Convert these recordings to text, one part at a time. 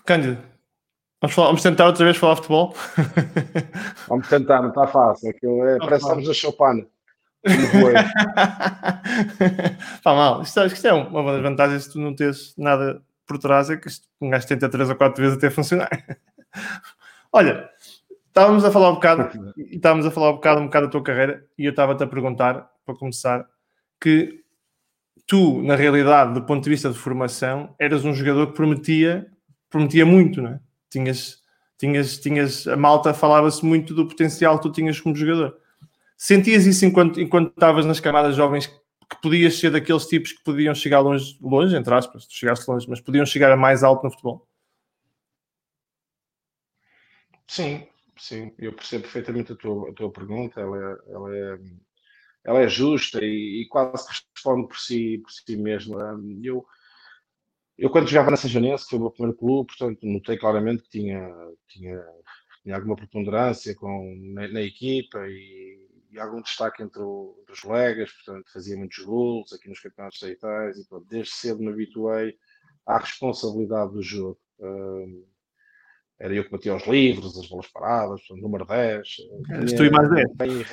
Cândido, vamos tentar outra vez falar futebol? Vamos tentar, não está fácil. Parece que estamos na choupana. No voeiro. Pá, mal. Acho que isto é uma das vantagens de tu não teres nada por trás, é que um gajo tenta 3 ou 4 vezes até funcionar. Olha, estávamos a falar um bocado da tua carreira e eu estava-te a perguntar, para começar, que tu, na realidade, do ponto de vista de formação, eras um jogador que prometia muito, não é? A malta falava-se muito do potencial que tu tinhas como jogador. Sentias isso enquanto estavas nas camadas jovens, que podias ser daqueles tipos que podiam chegar longe, entre aspas, tu chegaste longe, mas podiam chegar a mais alto no futebol? Sim, eu percebo perfeitamente a tua pergunta. Ela é justa e quase que responde por si mesma. Eu quando jogava na Sejonense, que foi o meu primeiro clube, portanto, notei claramente que tinha, tinha alguma preponderância na equipa e algum destaque entre os colegas, portanto, fazia muitos gols aqui nos campeonatos distritais e pronto, desde cedo me habituei à responsabilidade do jogo. Era eu que batia os livros, as bolas paradas, portanto, número 10. És tu e mais 10. Bem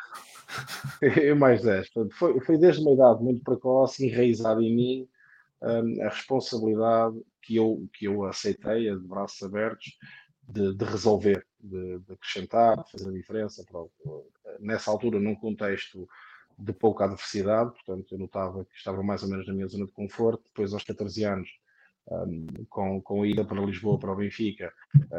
eu mais 10. Portanto, foi desde uma idade muito precoce, enraizado em mim, a responsabilidade que eu aceitei, de braços abertos, de resolver, de acrescentar, de fazer a diferença. Pronto. Nessa altura, num contexto de pouca adversidade, portanto, eu notava que estava mais ou menos na minha zona de conforto. Depois, aos 14 anos, com a ida para Lisboa, para o Benfica,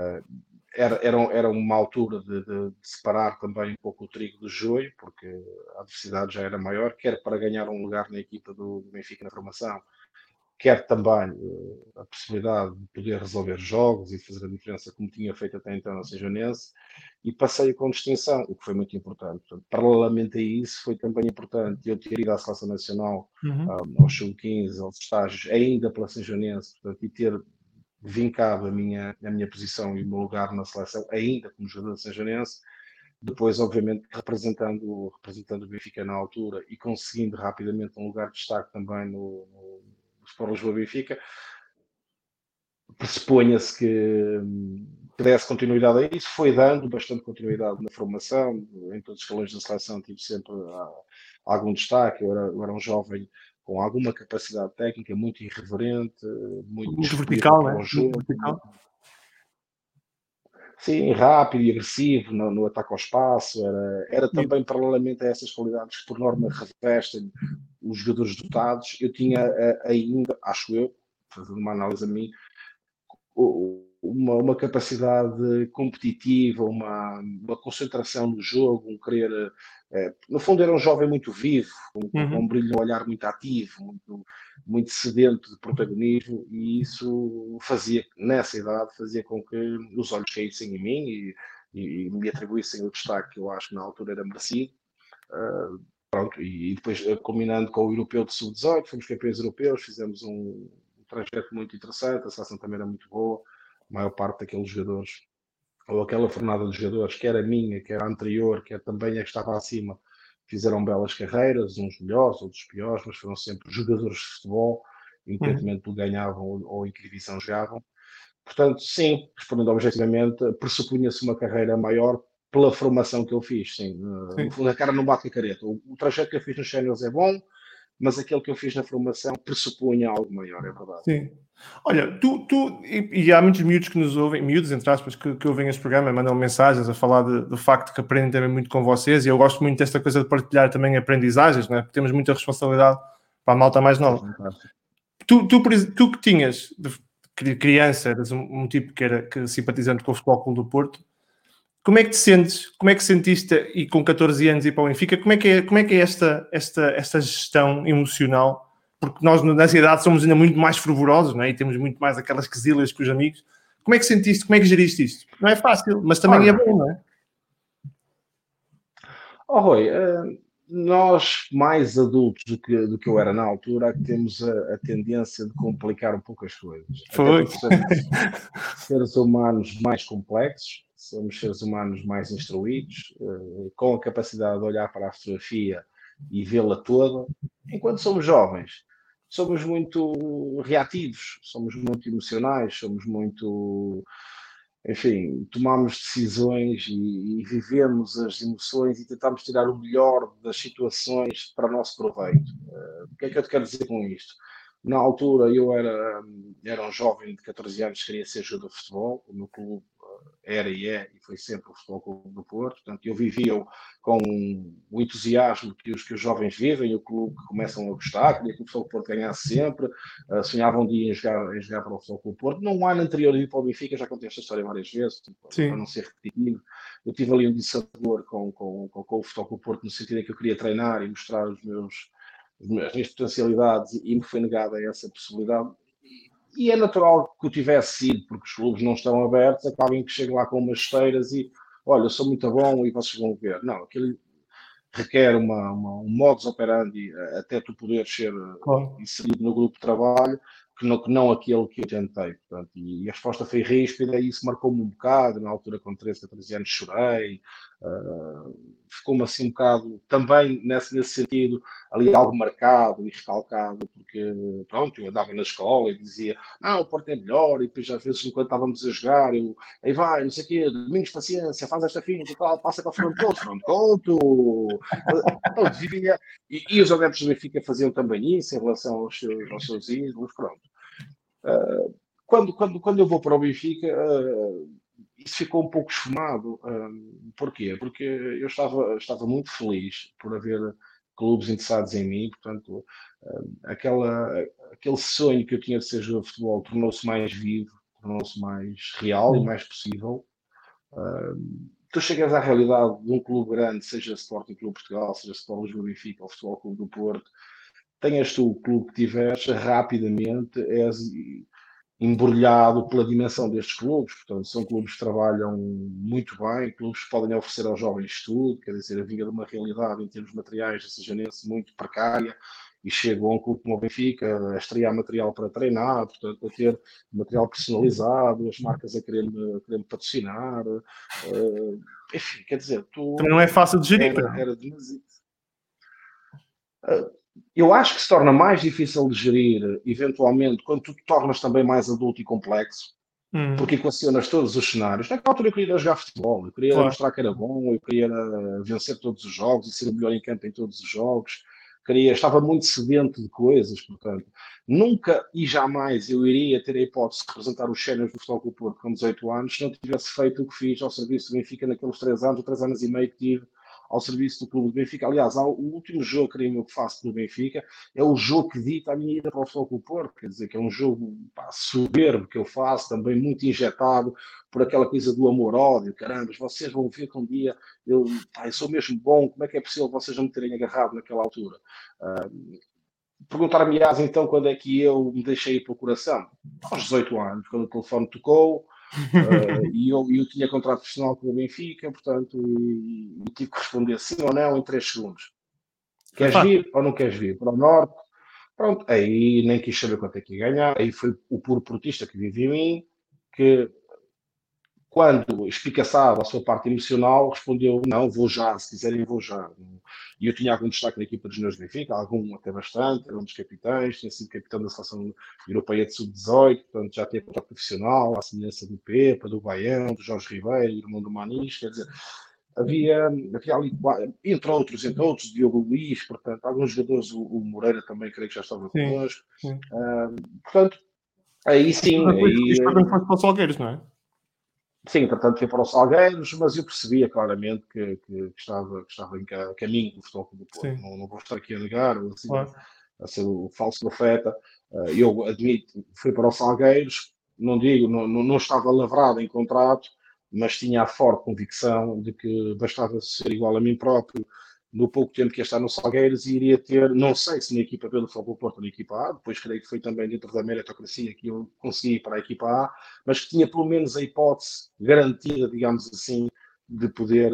era uma altura de separar também um pouco o trigo do joio, porque a adversidade já era maior, quer para ganhar um lugar na equipa do Benfica na formação, quer também a possibilidade de poder resolver jogos e fazer a diferença como tinha feito até então na Sejonense, e passei com distinção, o que foi muito importante. Portanto, paralelamente a isso, foi também importante eu ter ido à Seleção Nacional, aos sub-15, aos estágios, ainda pela Sejonense, portanto, e ter vincado a minha posição e o meu lugar na seleção, ainda como jogador de Sejonense, depois, obviamente, representando o Benfica na altura e conseguindo rapidamente um lugar de destaque também no Sport Lisboa Benfica, pressuponha-se que desse continuidade a isso, foi dando bastante continuidade na formação, em todos os escalões da seleção tive sempre algum destaque. Eu era um jovem com alguma capacidade técnica, muito irreverente, muito Muito disponível vertical, para né? o Muito jogo, vertical. sim, rápido e agressivo no ataque ao espaço. Era E, também paralelamente a essas qualidades que por norma revestem os jogadores dotados. Eu tinha ainda, acho eu, fazendo uma análise a mim, uma capacidade competitiva, uma concentração no jogo, um querer. No fundo, era um jovem muito vivo, com um brilho no olhar muito ativo, muito sedento de protagonismo, e isso fazia, nessa idade, fazia com que os olhos caíssem em mim e me atribuíssem o destaque que eu acho que na altura era merecido. Pronto, e depois, combinando com o europeu de sub-18, fomos campeões europeus, fizemos um trajeto muito interessante, a seleção também era muito boa, a maior parte daqueles jogadores, ou aquela fornada de jogadores, quer a minha, quer a anterior, quer também a que estava acima, fizeram belas carreiras, uns melhores, outros piores, mas foram sempre jogadores de futebol, independentemente do ganhavam ou em que divisão jogavam. Portanto, sim, respondendo objetivamente, pressupunha-se uma carreira maior pela formação que eu fiz, sim. No fundo, a cara não bate a careta. O trajeto que eu fiz nos séniores é bom, mas aquele que eu fiz na formação pressupunha algo maior, é verdade. sim. Olha, e há muitos miúdos que nos ouvem, miúdos entre aspas, que ouvem este programa, mandam mensagens a falar do facto que aprendem também muito com vocês, e eu gosto muito desta coisa de partilhar também aprendizagens, não é? Porque temos muita responsabilidade para a malta mais É nova. fantástico. Tu que tinhas, de criança, eras um tipo que simpatizante com o Futebol Clube do Porto, como é que te sentes, como é que sentiste, e com 14 anos ir para o Benfica, como é que é esta gestão emocional? Porque nós nessa idade somos ainda muito mais fervorosos, não é? E temos muito mais aquelas quesilhas com os amigos. Como é que sentiste, como é que geriste isto? Não é fácil, mas também é Olha, bom, não é? Rui, nós mais adultos do que eu era na altura, temos a tendência de complicar um pouco as coisas. Até Foi. porque somos seres humanos mais complexos, somos seres humanos mais instruídos, com a capacidade de olhar para a fotografia e vê-la toda. Enquanto somos jovens, somos muito reativos, somos muito emocionais, somos muito, enfim, tomamos decisões e vivemos as emoções e tentamos tirar o melhor das situações para o nosso proveito. O que é que eu te quero dizer com isto? Na altura eu era um jovem de 14 anos que queria ser jogador de futebol, o meu clube era e é, e foi sempre o Futebol Clube do Porto. Portanto, eu vivia com o entusiasmo que os jovens vivem, o clube que começam a gostar, queria que o Futebol Porto ganhasse sempre, sonhava um dia em jogar para o Futebol Clube Porto. Num ano anterior de ir para o Benfica, já contei esta história várias vezes, para não ser repetitivo, eu tive ali um dissabor com o Futebol Clube Porto, no sentido em que eu queria treinar e mostrar as minhas potencialidades e me foi negada essa possibilidade. E é natural que eu tivesse sido, porque os clubes não estão abertos, acabem que chego lá com umas esteiras e, olha, eu sou muito bom e vocês vão ver. Não, aquilo requer um modus operandi até tu poderes ser inserido no grupo de trabalho, que não aquele que eu tentei. Portanto, e a resposta foi ríspida e isso marcou-me um bocado. Na altura, com 13, 14 anos, chorei. Ficou-me assim um bocado, também nesse sentido, ali algo marcado e recalcado, porque, pronto, eu andava na escola e dizia, não, o Porto é melhor, e depois às vezes, enquanto estávamos a jogar, aí vai, não sei o quê, Domingos Paciência, faz esta finta e tal, passa para o fronte conto. Pronto, vivia, e os adeptos do Benfica faziam também isso em relação aos seus ídolos, pronto. Quando eu vou para o Benfica, isso ficou um pouco esfumado. Porquê? Porque eu estava muito feliz por haver clubes interessados em mim, portanto, aquele sonho que eu tinha de ser jogador de futebol tornou-se mais vivo, tornou-se mais real e mais possível. Tu chegas à realidade de um clube grande, seja Sporting Clube Portugal, seja Sport Lisboa Benfica ou Futebol Clube do Porto, tenhas tu o clube que tiveres, rapidamente és embrulhado pela dimensão destes clubes. Portanto, são clubes que trabalham muito bem, clubes que podem oferecer aos jovens tudo, quer dizer, a vinda de uma realidade em termos materiais da Sejanense muito precária, e chegam a um clube como o Benfica a estrear material para treinar, portanto, a ter material personalizado, as marcas a querer patrocinar. Enfim, quer dizer, também não é fácil de gerir. Era demasiado. Eu acho que se torna mais difícil de gerir, eventualmente, quando tu te tornas também mais adulto e complexo, porque equacionas todos os cenários. Naquela altura eu queria jogar futebol, eu queria mostrar que era bom, eu queria vencer todos os jogos e ser o melhor em campo em todos os jogos. Estava muito sedento de coisas, portanto, nunca e jamais eu iria ter a hipótese de representar os séniores do Futebol Clube do Porto com 18 anos se não tivesse feito o que fiz ao serviço do Benfica naqueles 3 anos, ou 3 anos e meio que tive ao serviço do Clube do Benfica. Aliás, o último jogo que faço pelo Benfica é o jogo que dita a minha ida para o Futebol Clube do Porto, quer dizer, que é um jogo soberbo que eu faço, também muito injetado por aquela coisa do amor-ódio. Caramba, vocês vão ver que um dia eu sou mesmo bom, como é que é possível vocês não me terem agarrado naquela altura? Perguntar-me, então, quando é que eu me deixei ir pelo coração? Aos 18 anos, quando o telefone tocou, e eu tinha contrato profissional com o Benfica, portanto, e tive que responder sim ou não em 3 segundos. Queres vir ou não queres vir? Para o Norte? Pronto, aí nem quis saber quanto é que ia ganhar, aí foi o puro portista que vivia em mim, que quando espicaçava a sua parte emocional, respondeu, não, vou já, se quiserem vou já. E eu tinha algum destaque na equipa dos meus Benfica, algum até bastante, era um dos capitães, tinha sido capitão da seleção europeia de sub-18, portanto já tinha contrato profissional, à semelhança do Pepa, do Baião, do Jorge Ribeiro, irmão do Manis, quer dizer, havia ali, entre outros, Diogo Luís, portanto, alguns jogadores, o Moreira também, creio que já estava connosco. Portanto, aí sim. Isto foi quando foste para os Salgueiros, não é? Sim, portanto, fui para os Salgueiros, mas eu percebia claramente que estava em caminho do Futebol Clube do Porto. Não vou estar aqui a negar, assim, a ser o falso profeta. Eu admito, fui para os Salgueiros, não estava lavrado em contrato, mas tinha a forte convicção de que bastava ser igual a mim próprio no pouco tempo que ia estar no Salgueiros e iria ter, não sei se na equipa B do Futebol Porto ou na equipa A, depois creio que foi também dentro da meritocracia que eu consegui ir para a equipa A, mas que tinha pelo menos a hipótese garantida, digamos assim, de poder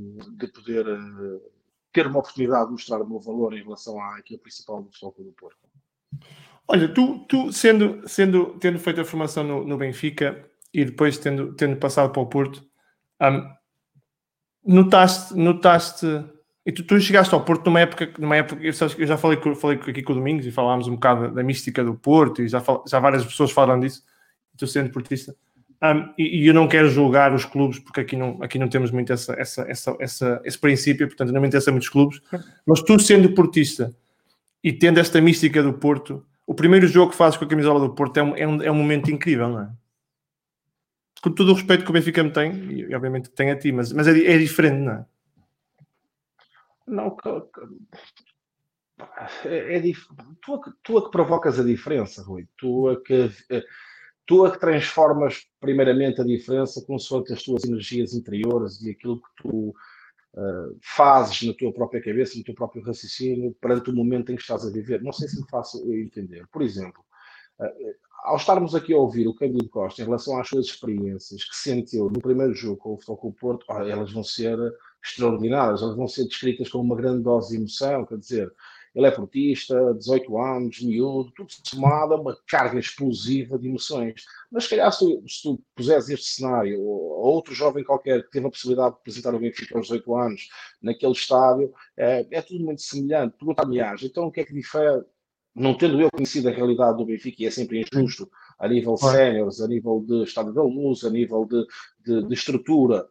ter uma oportunidade de mostrar o meu valor em relação à equipa principal do Futebol do Porto. Olha, tu tendo feito a formação no Benfica e depois tendo passado para o Porto, notaste E tu chegaste ao Porto numa época eu já falei aqui com o Domingos e falámos um bocado da mística do Porto e já várias pessoas falaram disso, estou sendo portista. E eu não quero julgar os clubes porque aqui não temos muito esse princípio, portanto não me interessa muitos clubes, mas tu sendo portista e tendo esta mística do Porto, o primeiro jogo que fazes com a camisola do Porto é um momento incrível, não é? Com todo o respeito que o Benfica me tem, e obviamente que tem a ti, mas é diferente, não é? Não, tu a que provocas a diferença, Rui. Tu a que transformas primeiramente a diferença consoante as tuas energias interiores e aquilo que tu fazes na tua própria cabeça, no teu próprio raciocínio, perante o momento em que estás a viver. Não sei se me faço entender. Por exemplo, ao estarmos aqui a ouvir o Cândido Costa em relação às suas experiências que sentiu no primeiro jogo com o Futebol Clube do Porto, elas vão ser extraordinárias, elas vão ser descritas com uma grande dose de emoção, quer dizer, ele é portista, 18 anos, miúdo, tudo somado a uma carga explosiva de emoções. Mas se calhar se tu puseres este cenário, ou outro jovem qualquer que teve a possibilidade de apresentar o Benfica aos 18 anos naquele estádio, é tudo muito semelhante. Pergunta-me, então o que é que difere? Não tendo eu conhecido a realidade do Benfica, e é sempre injusto, a nível séniores, a nível de Estádio da Luz, a nível de estrutura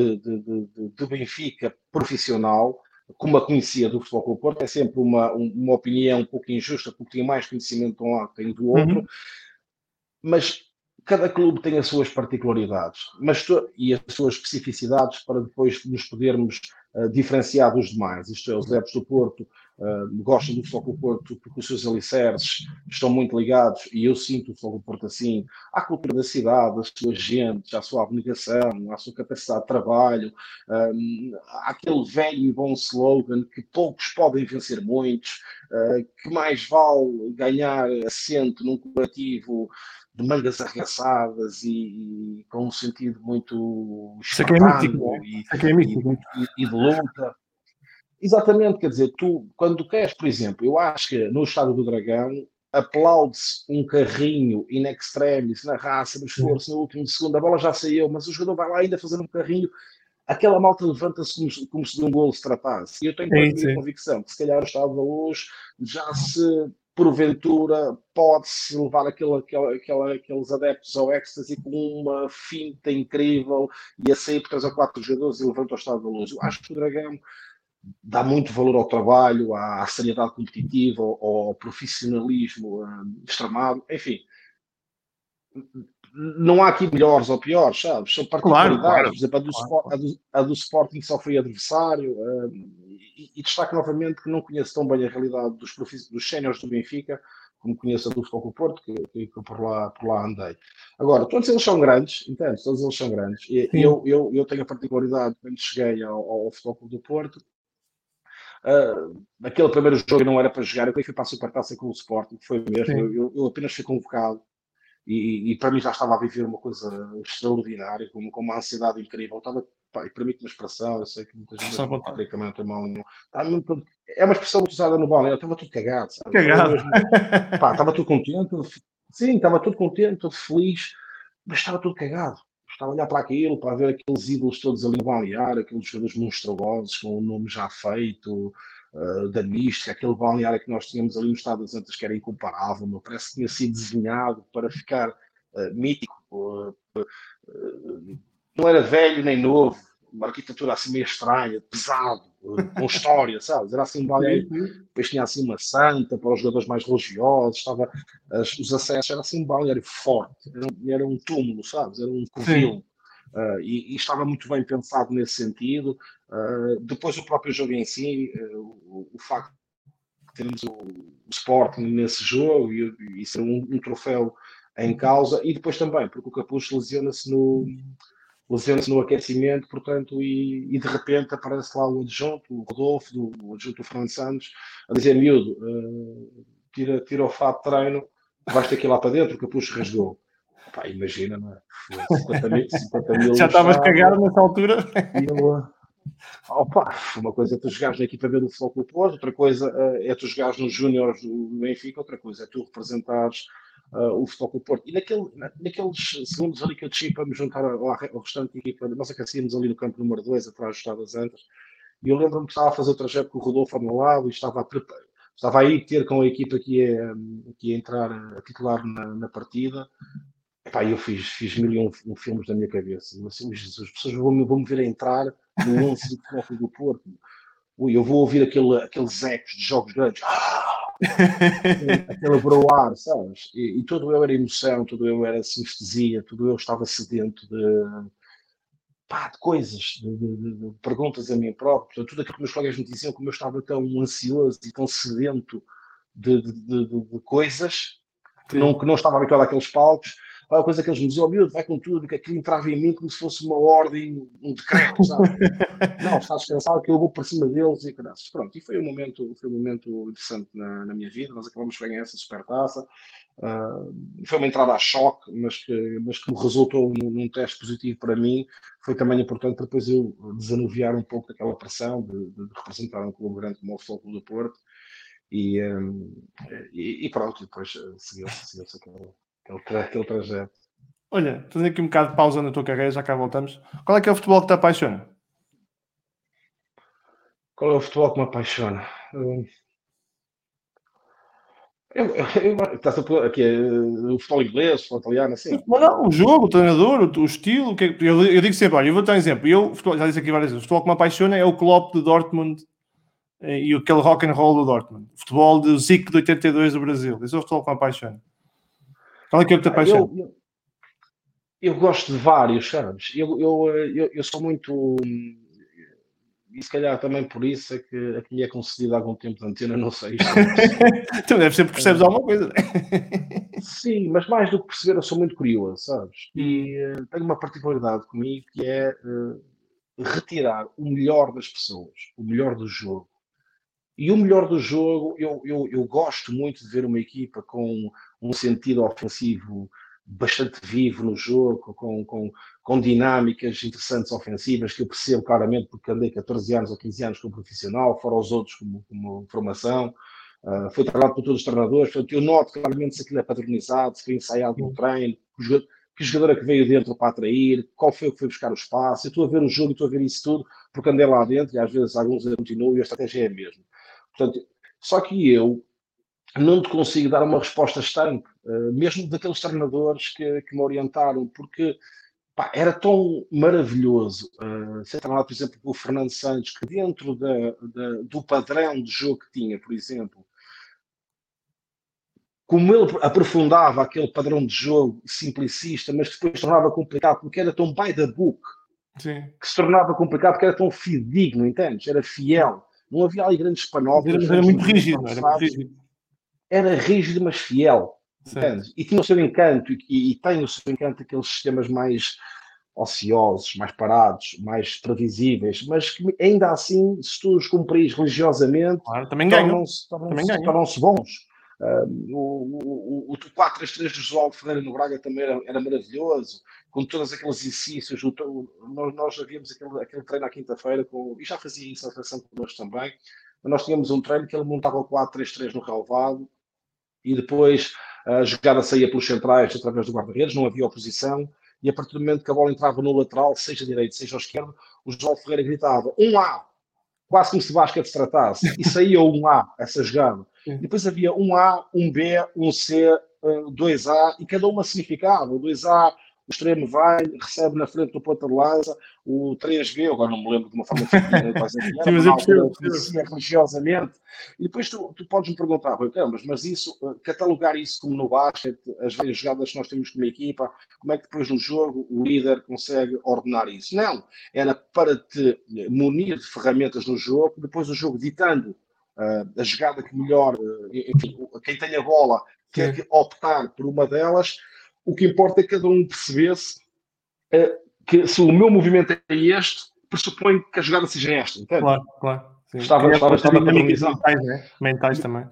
de Benfica profissional, como a conhecia do Futebol Clube do Porto, é sempre uma opinião um pouco injusta, porque tinha mais conhecimento de um lado que tem do outro, mas cada clube tem as suas particularidades e as suas especificidades para depois nos podermos diferenciar dos demais. Isto é, os adeptos do Porto gostam do Futebol Clube do Porto porque os seus alicerces estão muito ligados, e eu sinto o Futebol Clube do Porto assim, à cultura da cidade, às suas gentes, à sua abnegação, à sua capacidade de trabalho, àquele velho e bom slogan que poucos podem vencer muitos, que mais vale ganhar assento num coletivo de mangas arregaçadas e com um sentido muito espartano e de luta. Exatamente, quer dizer, quando tu queres, por exemplo, eu acho que no Estádio do Dragão aplaude-se um carrinho in extremis, na raça, no esforço, no último segundo, a bola já saiu, mas o jogador vai lá ainda fazer um carrinho, aquela malta levanta-se como se de um golo se tratasse. E eu tenho a convicção que se calhar o Estádio da Luz já se porventura pode-se levar aqueles adeptos ao êxtase com uma finta incrível e a sair por 3 ou 4 jogadores e levanta o Estádio da Luz. Eu acho que o Dragão dá muito valor ao trabalho, à seriedade competitiva, ao profissionalismo extremado, enfim. Não há aqui melhores ou piores, sabes? São particularidades. Claro. Por exemplo, a do Sporting só foi adversário. E destaco novamente que não conheço tão bem a realidade dos séniores do Benfica como conheço a do Futebol Clube do Porto, que por lá andei. Agora, todos eles são grandes, entende? Todos eles são grandes. E eu tenho a particularidade, quando cheguei ao Futebol Clube do Porto, aquele primeiro jogo não era para jogar, eu fui para a Supertaça com o Sporting, foi mesmo. Eu apenas fui convocado. E para mim já estava a viver uma coisa extraordinária, com uma ansiedade incrível. Estava, e permite uma expressão, eu sei que muita gente não tem mal nenhum. É uma expressão muito usada no balneário, eu estava tudo cagado. Sabe? Estava tudo contente, sim, estava tudo contente, todo feliz, mas estava tudo cagado. Estava a olhar para aquilo, para ver aqueles ídolos todos ali no balneário, aqueles jogadores monstruosos, com o nome já feito, da mística, aquele balneário que nós tínhamos ali no Estado das Antas que era incomparável, meu, parece que tinha sido desenhado para ficar mítico, não era velho nem novo, uma arquitetura assim meio estranha, pesado, com história, sabes? Era assim um balneário, depois tinha assim uma santa para os jogadores mais religiosos, os acessos, era assim um balneário forte, era um túmulo, sabes? Era um covil. E estava muito bem pensado nesse sentido. Depois o próprio jogo em si, o facto de termos o Sporting nesse jogo e ser um troféu em causa, e depois também, porque o Capucho lesiona-se no aquecimento, portanto, e de repente aparece lá o adjunto, o Rodolfo, o adjunto do Fernando Santos, a dizer, miúdo, tira o fato de treino, vais ter que ir lá para dentro, o Capucho rasgou. Pá, imagina, não é? 50 mil já estavas cagado nessa altura? Uma coisa é tu jogares na equipa B do Futebol Clube do Porto, outra coisa é tu jogares nos Júniores do Benfica, outra coisa é tu representares o Futebol Clube do Porto. E naqueles segundos ali que eu desci para me juntar ao restante da equipa, nós aquecíamos ali no campo número 2, atrás do Estado das Antas, E eu lembro-me que estava a fazer o trajeto com o Rodolfo ao meu lado e estava aí ter com a equipa que ia entrar a titular na partida. Epá, eu fiz mil e um filmes na minha cabeça. Eu, assim, Jesus, as pessoas vão me ver a entrar no 11 do Futebol Clube do Porto. Ui, eu vou ouvir aqueles ecos de jogos grandes. Aquele broar, sabes? E todo eu era emoção, todo eu era sinestesia, todo eu estava sedento de coisas, de perguntas a mim próprio. Portanto, tudo aquilo que meus colegas me diziam, como eu estava tão ansioso e tão sedento de coisas que não estava habituado àqueles palcos. A coisa que eles me diziam, miúdo, vai com tudo, que aquilo entrava em mim como se fosse uma ordem, um decreto, sabe? Não, está descansado que eu vou por cima deles e graças. Pronto, e foi um momento interessante na minha vida. Nós acabamos de ganhar essa supertaça. Foi uma entrada a choque, mas que me resultou num teste positivo para mim. Foi também importante para depois eu desanuviar um pouco daquela pressão de representar um clube grande como o Futebol Clube do Porto. E pronto, depois seguiu-se aquele trajeto. Olha, fazendo aqui um bocado de pausa na tua carreira, já cá voltamos. Qual é que é o futebol que te apaixona? Qual é o futebol que me apaixona? Estás a pôr aqui, o futebol inglês, o futebol italiano, assim? Mas não, o jogo, o treinador, o estilo. Eu digo sempre, olha, eu vou dar um exemplo. Já disse aqui várias vezes, o futebol que me apaixona é o Klopp de Dortmund e aquele rock and roll do Dortmund. O futebol do Zico de 82 do Brasil. Esse é o futebol que me apaixona. Qual é que é o que te apaixona? Eu gosto de vários, sabes? Eu sou muito. E se calhar também por isso é que me é concedido algum tempo de antena, não sei. Tu deve ser porque percebes alguma coisa, né? Sim, mas mais do que perceber, eu sou muito curioso, sabes? E tenho uma particularidade comigo que é retirar o melhor das pessoas, o melhor do jogo. E o melhor do jogo, eu gosto muito de ver uma equipa com um sentido ofensivo bastante vivo no jogo, com dinâmicas interessantes ofensivas, que eu percebo claramente porque andei 14 anos ou 15 anos como profissional, fora os outros como formação. Foi trabalhado por todos os treinadores, portanto, eu noto claramente se aquilo é padronizado, se foi ensaiado no treino, que jogador é que veio dentro para atrair, qual foi o que foi buscar o espaço. Eu estou a ver o jogo e estou a ver isso tudo, porque andei lá dentro e às vezes alguns eu continuo e a estratégia é a mesma. Portanto, só que eu não te consigo dar uma resposta estanque, mesmo daqueles treinadores que me orientaram, porque era tão maravilhoso ser treinado, por exemplo, pelo Fernando Santos, que dentro do padrão de jogo que tinha, por exemplo, como ele aprofundava aquele padrão de jogo simplicista, mas que depois tornava complicado, porque era tão by the book, Sim. que se tornava complicado, porque era tão fidedigno, entendes? Era fiel. Não havia ali grandes panóplias, Era grandes muito rígido, movimentos era muito forçados. rígido. Era rígido, mas fiel. Certo. Entendes? E tinha o seu encanto, e tem o seu encanto aqueles sistemas mais ociosos, mais parados, mais previsíveis, mas que ainda assim, se tu os cumpris religiosamente, Claro, também ganham. tornam-se Também tornam ganham. tornam bons. O 4-3-3 do João Ferreira no Braga também era maravilhoso, com todos aqueles exercícios. Nós havíamos aquele treino à quinta-feira, e já fazia isso na seleção connosco também. Mas nós tínhamos um treino que ele montava o 4-3-3 no relvado e depois a jogada saía pelos centrais através do guarda-redes, não havia oposição. E a partir do momento que a bola entrava no lateral, seja direito, seja esquerdo, o João Ferreira gritava um A, quase como se basquete se tratasse, e saía um A, essa jogada. E depois havia um A, um B, um C, dois A, e cada uma significava. O 2A, o extremo vai, recebe na frente do ponta de lança, o 3B, agora não me lembro de uma forma fidedigna quais é que era, Sim, mas mas na eu altura percebo, percebo. conhecia religiosamente. E depois tu podes me perguntar, mas isso, catalogar isso como no basquete, as várias jogadas que nós temos como equipa, como é que depois no jogo o líder consegue ordenar isso? Não, era para te munir de ferramentas no jogo, depois o jogo ditando a jogada que melhor, enfim, quem tem a bola quer que optar por uma delas, o que importa é que cada um percebesse que se o meu movimento é este, pressupõe que a jogada seja esta, entende? Claro, claro. Sim. Estava Dinâmicas padronizado. mentais, né? Mentais também.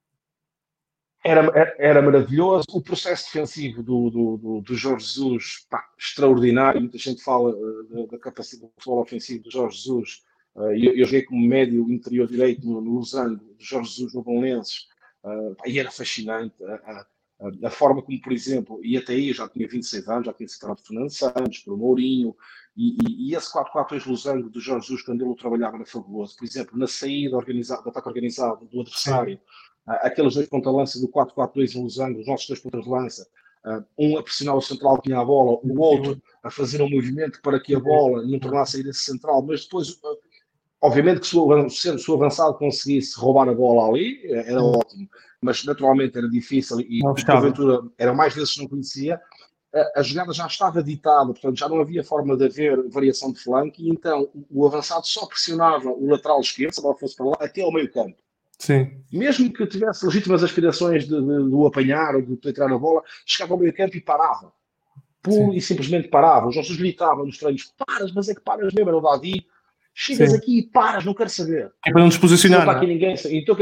Era maravilhoso. O processo defensivo do Jorge Jesus, extraordinário. Muita gente fala da capacidade do futebol ofensivo do Jorge Jesus. Eu joguei como médio interior direito no Losango, do Jorge Jesus no Belenenses, e era fascinante A forma como, por exemplo, e até aí eu já tinha 26 anos, já tinha sido treinado por Fernando Santos, por Mourinho, e esse 4-4-2 losango do Jorge Jesus, quando ele trabalhava na Fabuloso, por exemplo, na saída do ataque organizado do adversário, aqueles dois ponta-lança do 4-4-2 em losango, os nossos dois pontas de lança, um a pressionar o central que tinha a bola, o outro a fazer um movimento para que a bola não tornasse a ir esse central, mas depois, obviamente que se o avançado conseguisse roubar a bola ali, era ótimo, mas naturalmente era difícil e porventura era mais vezes que não conhecia. A jogada já estava ditada, portanto já não havia forma de haver variação de flanco e então o avançado só pressionava o lateral esquerdo, se a bola fosse para lá, até ao meio campo. Sim. Mesmo que tivesse legítimas aspirações de o apanhar ou de entrar na bola, chegava ao meio campo e parava. Puro e simplesmente parava. Os nossos gritavam nos treinos, paras, mas é que paras mesmo, era o Dadi. Chegas aqui e paras, não quero saber. É para não desposicionar, não está aqui ninguém. Então,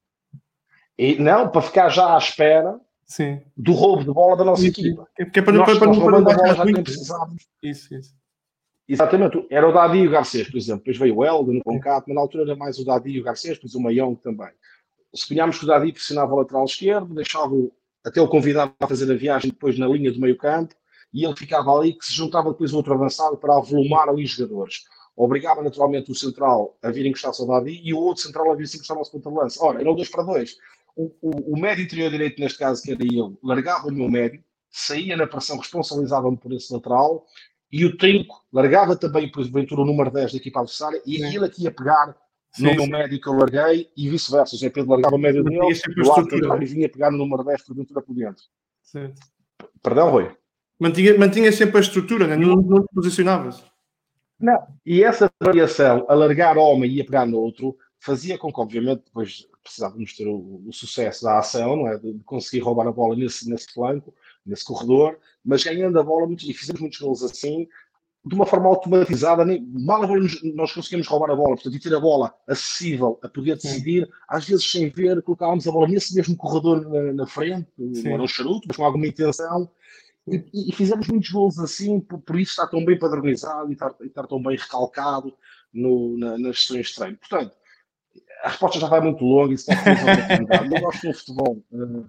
não, para ficar já à espera do roubo de bola da nossa equipa. Que é para nós roubando a bola já nem precisávamos. Isso. Exatamente. Era o Dadi e o Garcês, por exemplo. Depois veio o Helder no Concat, mas na altura era mais o Dadi e o Garcês, depois o Maião também. Suponhamos que o Dadi pressionava o lateral esquerdo, deixava até o convidado a fazer a viagem depois na linha do meio campo, e ele ficava ali, que se juntava depois outro avançado para avolumar ali os jogadores. Obrigava naturalmente o central a vir encostar-se ao Dadi e o outro central a vir se encostar ao ponta de lança. Ora, eram 2-2. O médio interior direito, neste caso, que era eu, largava o meu médio, saía na pressão, responsabilizava-me por esse lateral, e o Trinco largava também, por ventura, o número 10 da equipa adversária, e ele aqui ia pegar no meu médio que eu larguei, e vice-versa. O Zé Pedro largava o médio dele, do lado contrário, e vinha pegar no número 10 por ventura por dentro. Certo. Perdão, Rui? Mantinha sempre a estrutura, né? Não te posicionavas. Não. E essa variação, alargar homem e ia pegar no outro, fazia com que, obviamente, depois precisávamos ter o sucesso da ação, não é? De conseguir roubar a bola nesse flanco, nesse corredor, mas ganhando a bola, e fizemos muitos gols assim, de uma forma automatizada, mal nós conseguimos roubar a bola, portanto, e ter a bola acessível a poder decidir, às vezes sem ver, colocávamos a bola nesse mesmo corredor na frente, não era um charuto, mas com alguma intenção, e fizemos muitos gols assim, por isso está tão bem padronizado e está tão bem recalcado nas sessões de treino. Portanto, a resposta já vai muito longa e se calhar eu gosto de um futebol.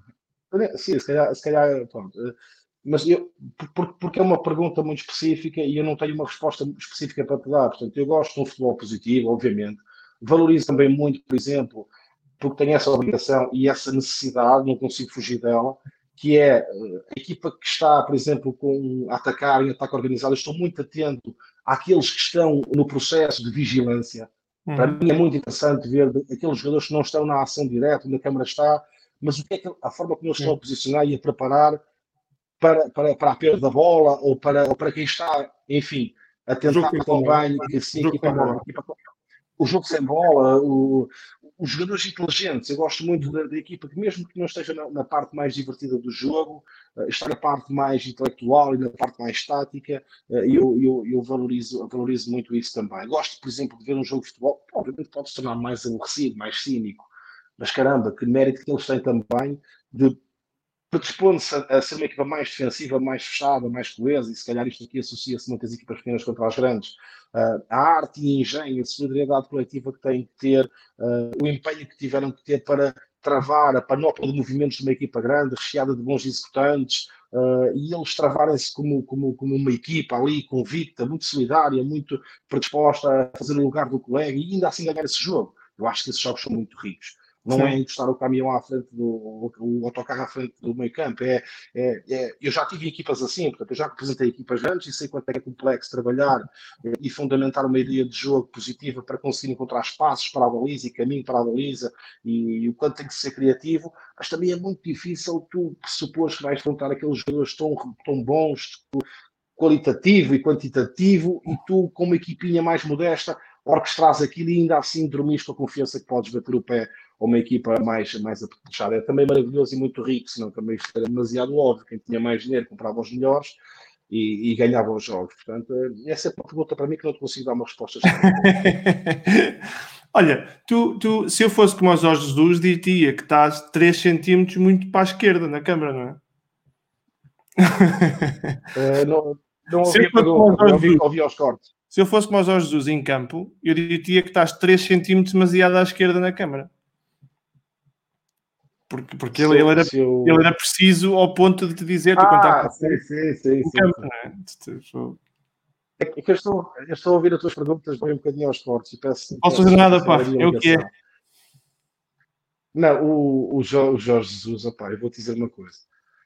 Sim, se calhar pronto. Mas porque é uma pergunta muito específica e eu não tenho uma resposta específica para te dar. Portanto, eu gosto de um futebol positivo, obviamente. Valorizo também muito, por exemplo, porque tenho essa obrigação e essa necessidade, não consigo fugir dela, que é a equipa que está, por exemplo, a atacar em ataque organizado. Eu estou muito atento àqueles que estão no processo de vigilância. Para mim é muito interessante ver aqueles jogadores que não estão na ação direta, onde a câmara está, mas o que é a forma como eles estão a posicionar e a preparar para a perda da bola ou para quem está, enfim, a tentar também que se o jogo sem bola, os jogadores inteligentes. Eu gosto muito da equipa que, mesmo que não esteja na parte mais divertida do jogo, está na parte mais intelectual e na parte mais tática, eu valorizo muito isso também. Gosto, por exemplo, de ver um jogo de futebol, obviamente pode se tornar mais aborrecido, mais cínico, mas caramba, que mérito que eles têm também de predispõe-se a ser uma equipa mais defensiva, mais fechada, mais coesa, e se calhar isto aqui associa-se muitas equipas pequenas contra as grandes. A arte e engenho, a solidariedade coletiva que têm que ter, o empenho que tiveram que ter para travar a panóplia de movimentos de uma equipa grande, recheada de bons executantes, e eles travarem-se como uma equipa ali, convicta, muito solidária, muito predisposta a fazer o lugar do colega e ainda assim ganhar esse jogo. Eu acho que esses jogos são muito ricos. Não é encostar o caminhão à frente o autocarro à frente do meio campo. Eu já tive equipas assim, portanto, eu já representei equipas grandes e sei quanto é complexo trabalhar e fundamentar uma ideia de jogo positiva para conseguir encontrar espaços para a baliza e caminho para a baliza e o quanto tem que ser criativo, mas também é muito difícil tu pressupores que vais enfrentar aqueles jogadores tão bons, qualitativo e quantitativo, e tu, com uma equipinha mais modesta, orquestras aquilo e ainda assim dormires com a confiança que podes bater o pé a uma equipa mais apetrechada. É também maravilhoso e muito rico, senão também era demasiado óbvio. Quem tinha mais dinheiro comprava os melhores e ganhava os jogos. Portanto, essa é uma pergunta para mim que não te consigo dar uma resposta. Olha, tu, se eu fosse como o Jorge Jesus, diria que estás 3 centímetros muito para a esquerda na câmara, não é? Não ouvi a pergunta, ouvi aos cortes. Se eu fosse como o Jorge Jesus em campo, eu diria que estás 3 centímetros demasiado à esquerda na câmara. Porque ele era preciso ao ponto de te dizer tu contar sim. campo, não é? É que eu estou a ouvir as tuas perguntas, bem um bocadinho aos cortes e peço. Posso fazer nada, pá, é o que é. Não, o Jorge Jesus, opá, eu vou-te dizer uma coisa.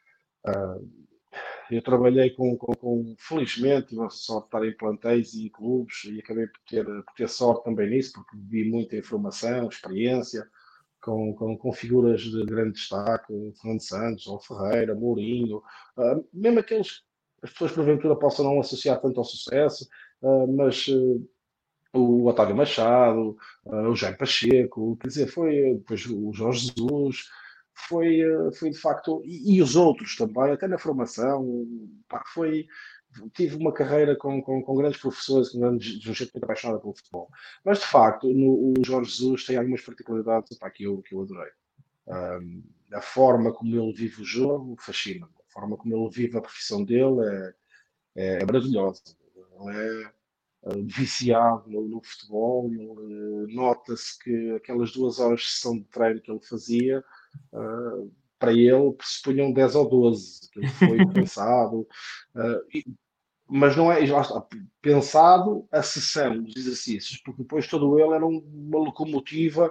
Eu trabalhei felizmente, tive a sorte de estar em plantéis e em clubes e acabei por ter sorte também nisso, porque vi muita informação, experiência, com figuras de grande destaque, Fernando Santos, João Ferreira, Mourinho, mesmo as pessoas porventura possam não associar tanto ao sucesso, mas o Otávio Machado, o Jaime Pacheco, quer dizer, foi depois o Jorge Jesus, foi de facto, e os outros também, até na formação, pá, tive uma carreira com grandes professores, de um jeito muito apaixonado pelo futebol. Mas de facto, o Jorge Jesus tem algumas particularidades, pá, que eu adorei. A forma como ele vive o jogo fascina-me. A forma como ele vive a profissão dele é maravilhosa. Ele é viciado no futebol. Nota-se que aquelas 2 horas de sessão de treino que ele fazia, para ele, pressupunham 10 ou 12. Aquilo foi pensado, mas não é, lá está, pensado a sessão dos exercícios, porque depois todo ele era uma locomotiva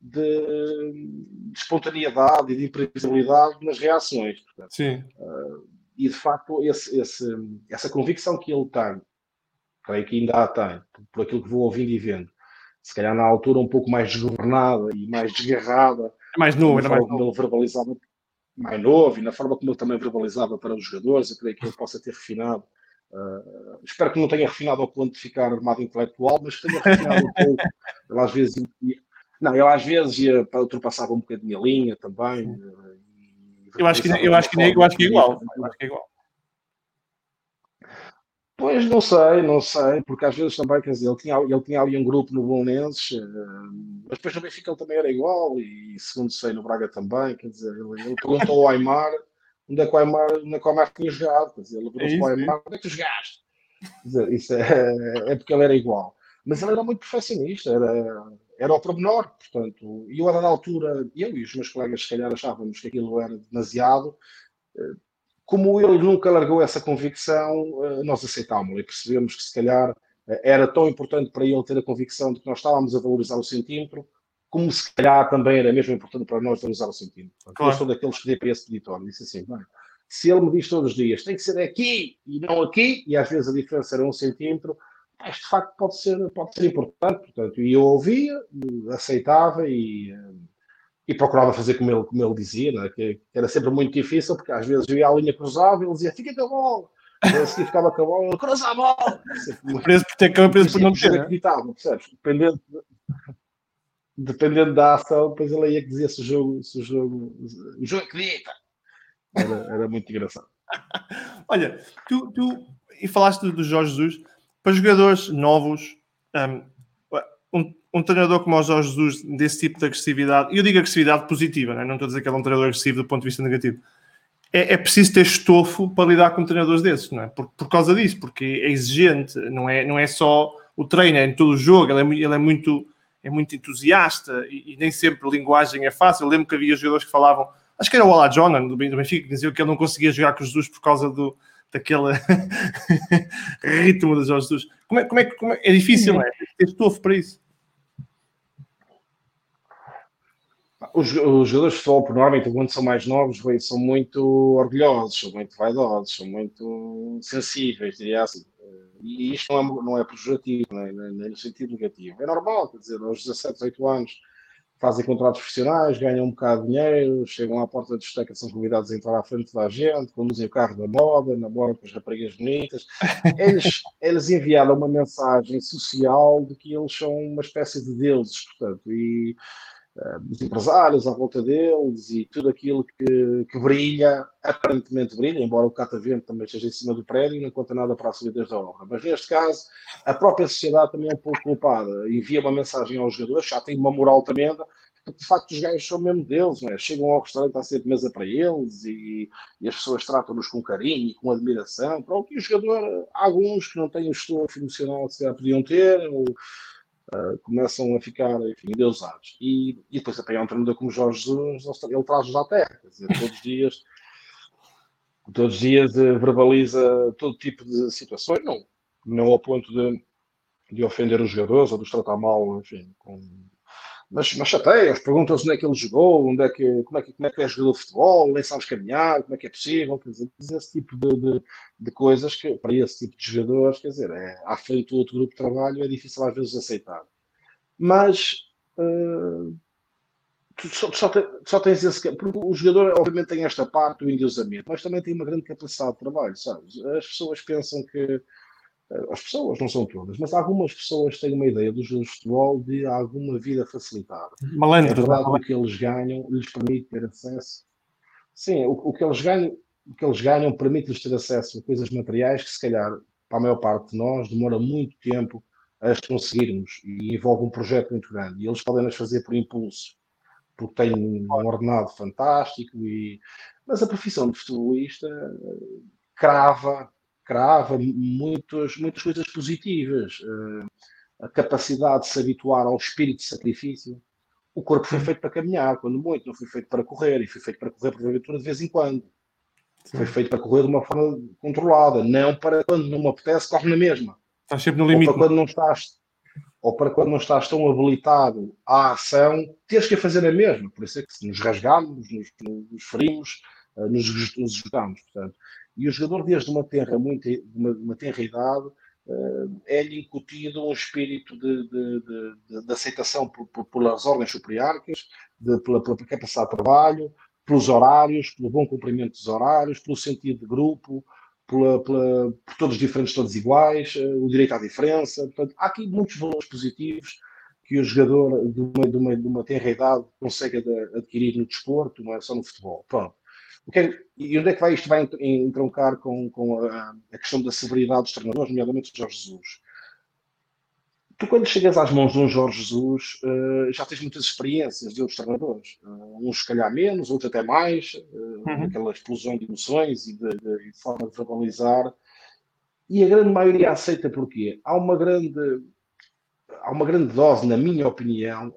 de espontaneidade e de imprevisibilidade nas reações. Portanto, sim. E de facto, essa convicção que ele tem, creio que ainda a tem, por aquilo que vou ouvindo e vendo, se calhar na altura um pouco mais desgovernada e mais desgarrada, É mais novo, na forma como ele verbalizava, mais novo, e na forma como ele também verbalizava para os jogadores, eu creio que ele possa ter refinado. Espero que não tenha refinado ao ponto de ficar armado intelectual, mas que tenha refinado um pouco. Ele às vezes ultrapassava um bocadinho a linha também. Eu acho que é igual. Eu acho que é igual. Pois não sei, porque às vezes também, quer dizer, ele tinha ali um grupo no Belenenses, mas depois no Benfica ele também era igual, e segundo sei no Braga também, quer dizer, ele perguntou ao Aimar onde é que o Aimar tinha jogado, quer dizer, ele perguntou ao Aimar onde é que tu jogaste? Quer dizer, isso é porque ele era igual. Mas ele era muito perfeccionista, era ao pormenor, portanto, e eu era na altura, eu e os meus colegas se calhar achávamos que aquilo era demasiado. Como ele nunca largou essa convicção, nós aceitámos-lo e percebemos que se calhar era tão importante para ele ter a convicção de que nós estávamos a valorizar o centímetro, como se calhar também era mesmo importante para nós valorizar o centímetro. Claro. Eu sou daqueles que dei para esse peditório, disse assim, bem, se ele me diz todos os dias, tem que ser aqui e não aqui, e às vezes a diferença era 1 centímetro, mas de facto pode ser importante, portanto, e eu ouvia, aceitava e procurava fazer como ele dizia, né? Que era sempre muito difícil, porque às vezes eu ia à linha cruzada e ele dizia, fica com a bola. Mas a seguir ficava com a bola, ele cruza a bola. Preso por não ter, né? Percebes? Dependendo da ação, depois ele ia que dizia se o jogo acredita. Era muito engraçado. Olha, tu e falaste do Jorge Jesus, para jogadores novos, um treinador como o Jorge Jesus, desse tipo de agressividade, e eu digo agressividade positiva, não estou a dizer que ele é um treinador agressivo do ponto de vista negativo, é preciso ter estofo para lidar com treinadores desses, não é? Por causa disso, porque é exigente, não é só o treino, é em todo o jogo, ele é muito entusiasta e nem sempre a linguagem é fácil. Eu lembro que havia jogadores que falavam, acho que era o Ola Jonan do Benfica, que dizia que ele não conseguia jogar com Jesus por causa daquele ritmo de Jorge Jesus. Como é difícil, não é? Ter estofo para isso. Os jogadores de futebol, por norma, quando são mais novos, são muito orgulhosos, são muito vaidosos, são muito sensíveis, diria assim. E isto não é pejorativo, nem no sentido negativo. É normal, quer dizer, aos 17, 18 anos fazem contratos profissionais, ganham um bocado de dinheiro, chegam à porta da discoteca, são convidados a entrar à frente da gente, conduzem o carro da moda, namoram com as raparigas bonitas. Eles enviaram uma mensagem social de que eles são uma espécie de deuses, portanto, e os empresários à volta deles e tudo aquilo que brilha, aparentemente brilha, embora o catavento também esteja em cima do prédio e não conta nada para a solidez da obra. Mas neste caso, a própria sociedade também é um pouco culpada. Envia uma mensagem aos jogadores, já tem uma moral tremenda, porque de facto os gajos são mesmo deles, não é? Chegam ao restaurante, há sempre mesa para eles e as pessoas tratam-nos com carinho e com admiração. Pronto, e o jogador, há alguns que não têm o estofo emocional que se podiam ter, ou começam a ficar, enfim, endeusados. E depois apanhar um treinador como Jorge Jesus, ele traz-nos à terra, quer dizer, todos os dias verbaliza todo tipo de situações, não ao ponto de ofender os jogadores ou de os tratar mal, enfim, mas chateia, perguntam-se onde é que ele jogou, como é que é jogador de futebol, nem sabes caminhar, como é que é possível, quer dizer, esse tipo de coisas que, para esse tipo de jogadores, quer dizer, à frente do outro grupo de trabalho é difícil às vezes aceitar. Mas tu só tens esse. Porque o jogador, obviamente, tem esta parte do endeusamento, mas também tem uma grande capacidade de trabalho, sabes? As pessoas pensam que. As pessoas, não são todas, mas algumas pessoas têm uma ideia dos jogadores de futebol de alguma vida facilitada. É Malandros, não verdade que é? o que eles ganham lhes permite ter acesso. Sim, o que eles ganham permite-lhes ter acesso a coisas materiais que, se calhar, para a maior parte de nós, demora muito tempo a as conseguirmos e envolve um projeto muito grande. E eles podem as fazer por impulso porque tem um ordenado fantástico, mas a profissão de futebolista crava, crava muitas coisas positivas. A capacidade de se habituar ao espírito de sacrifício. O corpo foi feito para caminhar, quando muito, não foi feito para correr, e foi feito para correr por aventura de vez em quando. Foi Sim. feito para correr de uma forma controlada, não para quando não me apetece, corre na mesma. Estás sempre no Ou para limite. quando não estás ou para quando não estás tão habilitado à ação, tens que a fazer a mesma. Por isso é que se nos rasgamos, nos ferimos, nos esgotamos. Portanto. E o jogador, desde uma tenra idade, é-lhe incutido um espírito de aceitação pelas ordens superioricas, pela capacidade de trabalho, pelos horários, pelo bom cumprimento dos horários, pelo sentido de grupo, por todos diferentes, todos iguais, o direito à diferença. Portanto, há aqui muitos valores positivos que o jogador de uma tenra idade consegue adquirir no desporto, não é só no futebol. Pronto. E onde é que isto vai entroncar com a questão da severidade dos treinadores, nomeadamente de Jorge Jesus? Tu, quando chegas às mãos de um Jorge Jesus, já tens muitas experiências de outros treinadores. Uns, se calhar, menos, outros até mais, Uhum. naquela explosão de emoções e de forma de verbalizar. E a grande maioria aceita porquê? Há uma grande dose, na minha opinião,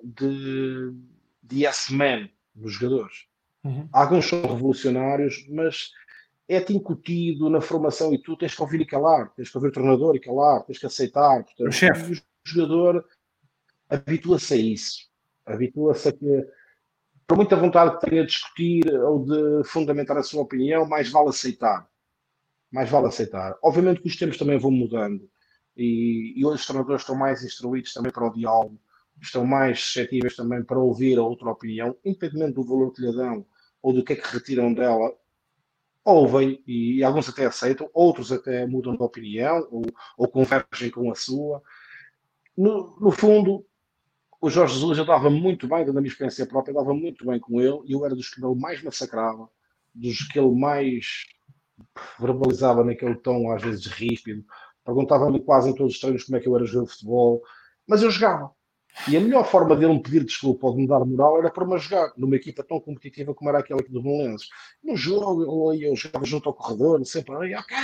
de yes man nos jogadores. Uhum. Alguns são revolucionários, mas é-te incutido na formação e tu tens que ouvir e calar, tens que ouvir o treinador e calar, tens que aceitar. O Portanto, chefe. e o jogador habitua-se a isso. Habitua-se a que, por muita vontade que tenha de discutir ou de fundamentar a sua opinião, mais vale aceitar. Mais vale aceitar. Obviamente que os tempos também vão mudando e hoje os treinadores estão mais instruídos também para o diálogo, estão mais suscetíveis também para ouvir a outra opinião, independentemente do valor que lhe dão ou do que é que retiram dela, ouvem e alguns até aceitam, outros até mudam de opinião ou convergem com a sua. No fundo, o Jorge Jesus eu dava muito bem, na minha experiência própria, eu dava muito bem com ele e eu era dos que ele mais massacrava, dos que ele mais verbalizava naquele tom, às vezes ríspido, perguntava-me quase em todos os treinos como é que eu era jogador de futebol, mas eu jogava. E a melhor forma dele me pedir desculpa ou de me dar moral era para me jogar numa equipa tão competitiva como era aquela aqui do Belenenses. No jogo, eu jogava junto ao corredor, sempre, ok,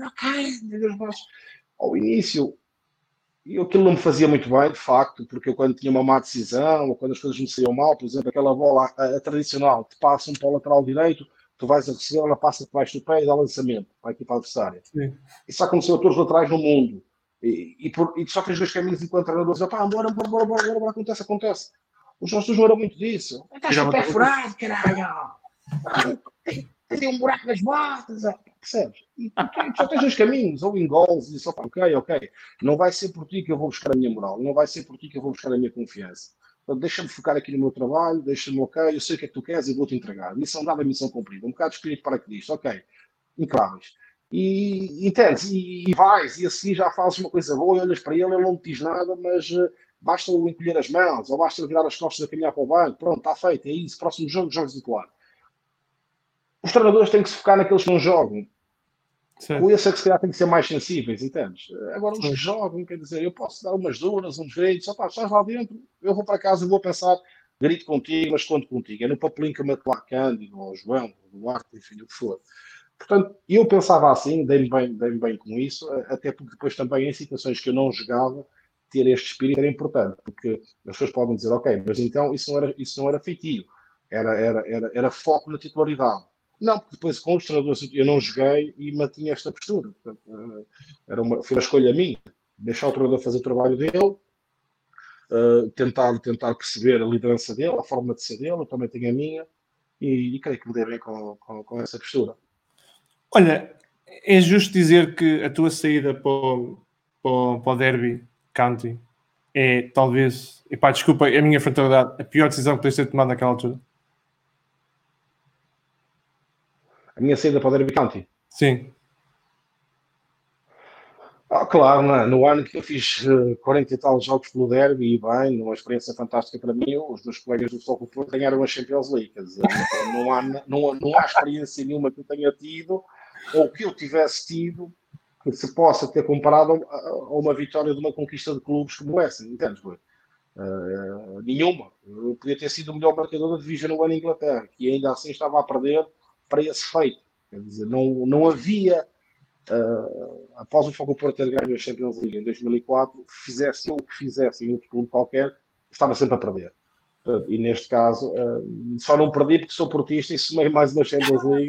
mas ao início, aquilo não me fazia muito bem, de facto, porque eu quando tinha uma má decisão, ou quando as coisas me saíam mal, por exemplo, aquela bola a tradicional, te passam para o lateral direito, tu vais a receber, ela passa debaixo do pé e dá lançamento para a equipa adversária. Sim. Isso aconteceu a todos os laterais no mundo. E só tens dois caminhos enquanto treinador. Bora, acontece. Os nossos não eram muito disso. Estás com o Tirava-te pé a roupa. furado, caralho. Tem um buraco nas botas. Percebes? E tu só tens dois caminhos. Ou engoles e só, ok. Não vai ser por ti que eu vou buscar a minha moral. Não vai ser por ti que eu vou buscar a minha confiança. Portanto, deixa-me focar aqui no meu trabalho, deixa-me, ok, eu sei o que é que tu queres e vou-te entregar. Missão dada, missão cumprida. Um bocado de espírito para que diz, ok, incríveis. E entendes, e vais, e assim já fazes uma coisa boa e olhas para ele não te diz nada, mas basta o encolher as mãos, ou basta virar as costas a caminhar para o banco, pronto, está feito, é isso, próximo jogo, jogos titular. Os treinadores têm que se focar naqueles que não jogam. Com Certo. esse é que se calhar têm que ser mais sensíveis, entendes? Agora, os que Sim. jogam, quer dizer, eu posso dar umas duras, uns gritos, opá, estás lá dentro, eu vou para casa e vou pensar, grito contigo, mas conto contigo. É no papelinho que eu meto lá Cândido, ou João, ou Duarte, enfim, o que for. Portanto, eu pensava assim, dei-me bem com isso, até porque depois também em situações que eu não jogava, ter este espírito era importante, porque as pessoas podem dizer, ok, mas então isso não era feitio, era foco na titularidade. Não, porque depois com os treinadores eu não joguei e mantinha esta postura. Portanto, foi uma escolha minha, deixar o treinador fazer o trabalho dele, tentar perceber a liderança dele, a forma de ser dele, eu também tenho a minha, e creio que me dei bem com essa postura. Olha, é justo dizer que a tua saída para o Derby County é talvez, e pá, desculpa, é a minha frontalidade, a pior decisão que tens de ter tomado naquela altura? A minha saída para o Derby County? Sim. Claro, no ano que eu fiz 40 e tal jogos pelo Derby, e bem, uma experiência fantástica para mim, os meus colegas do Futebol Clube do Porto ganharam a Champions League, quer dizer, não há experiência nenhuma que eu tenha tido, ou que eu tivesse tido, que se possa ter comparado a uma vitória de uma conquista de clubes como essa, entendes, Rui? Nenhuma. Eu podia ter sido o melhor marcador da Division no ano em Inglaterra, que ainda assim estava a perder para esse feito. Quer dizer, não havia, após o Fogo Porto ter ganho a Champions League em 2004, fizesse o que fizesse em outro clube qualquer, estava sempre a perder. E neste caso, só não perdi porque sou portista e somei mais uma Champions League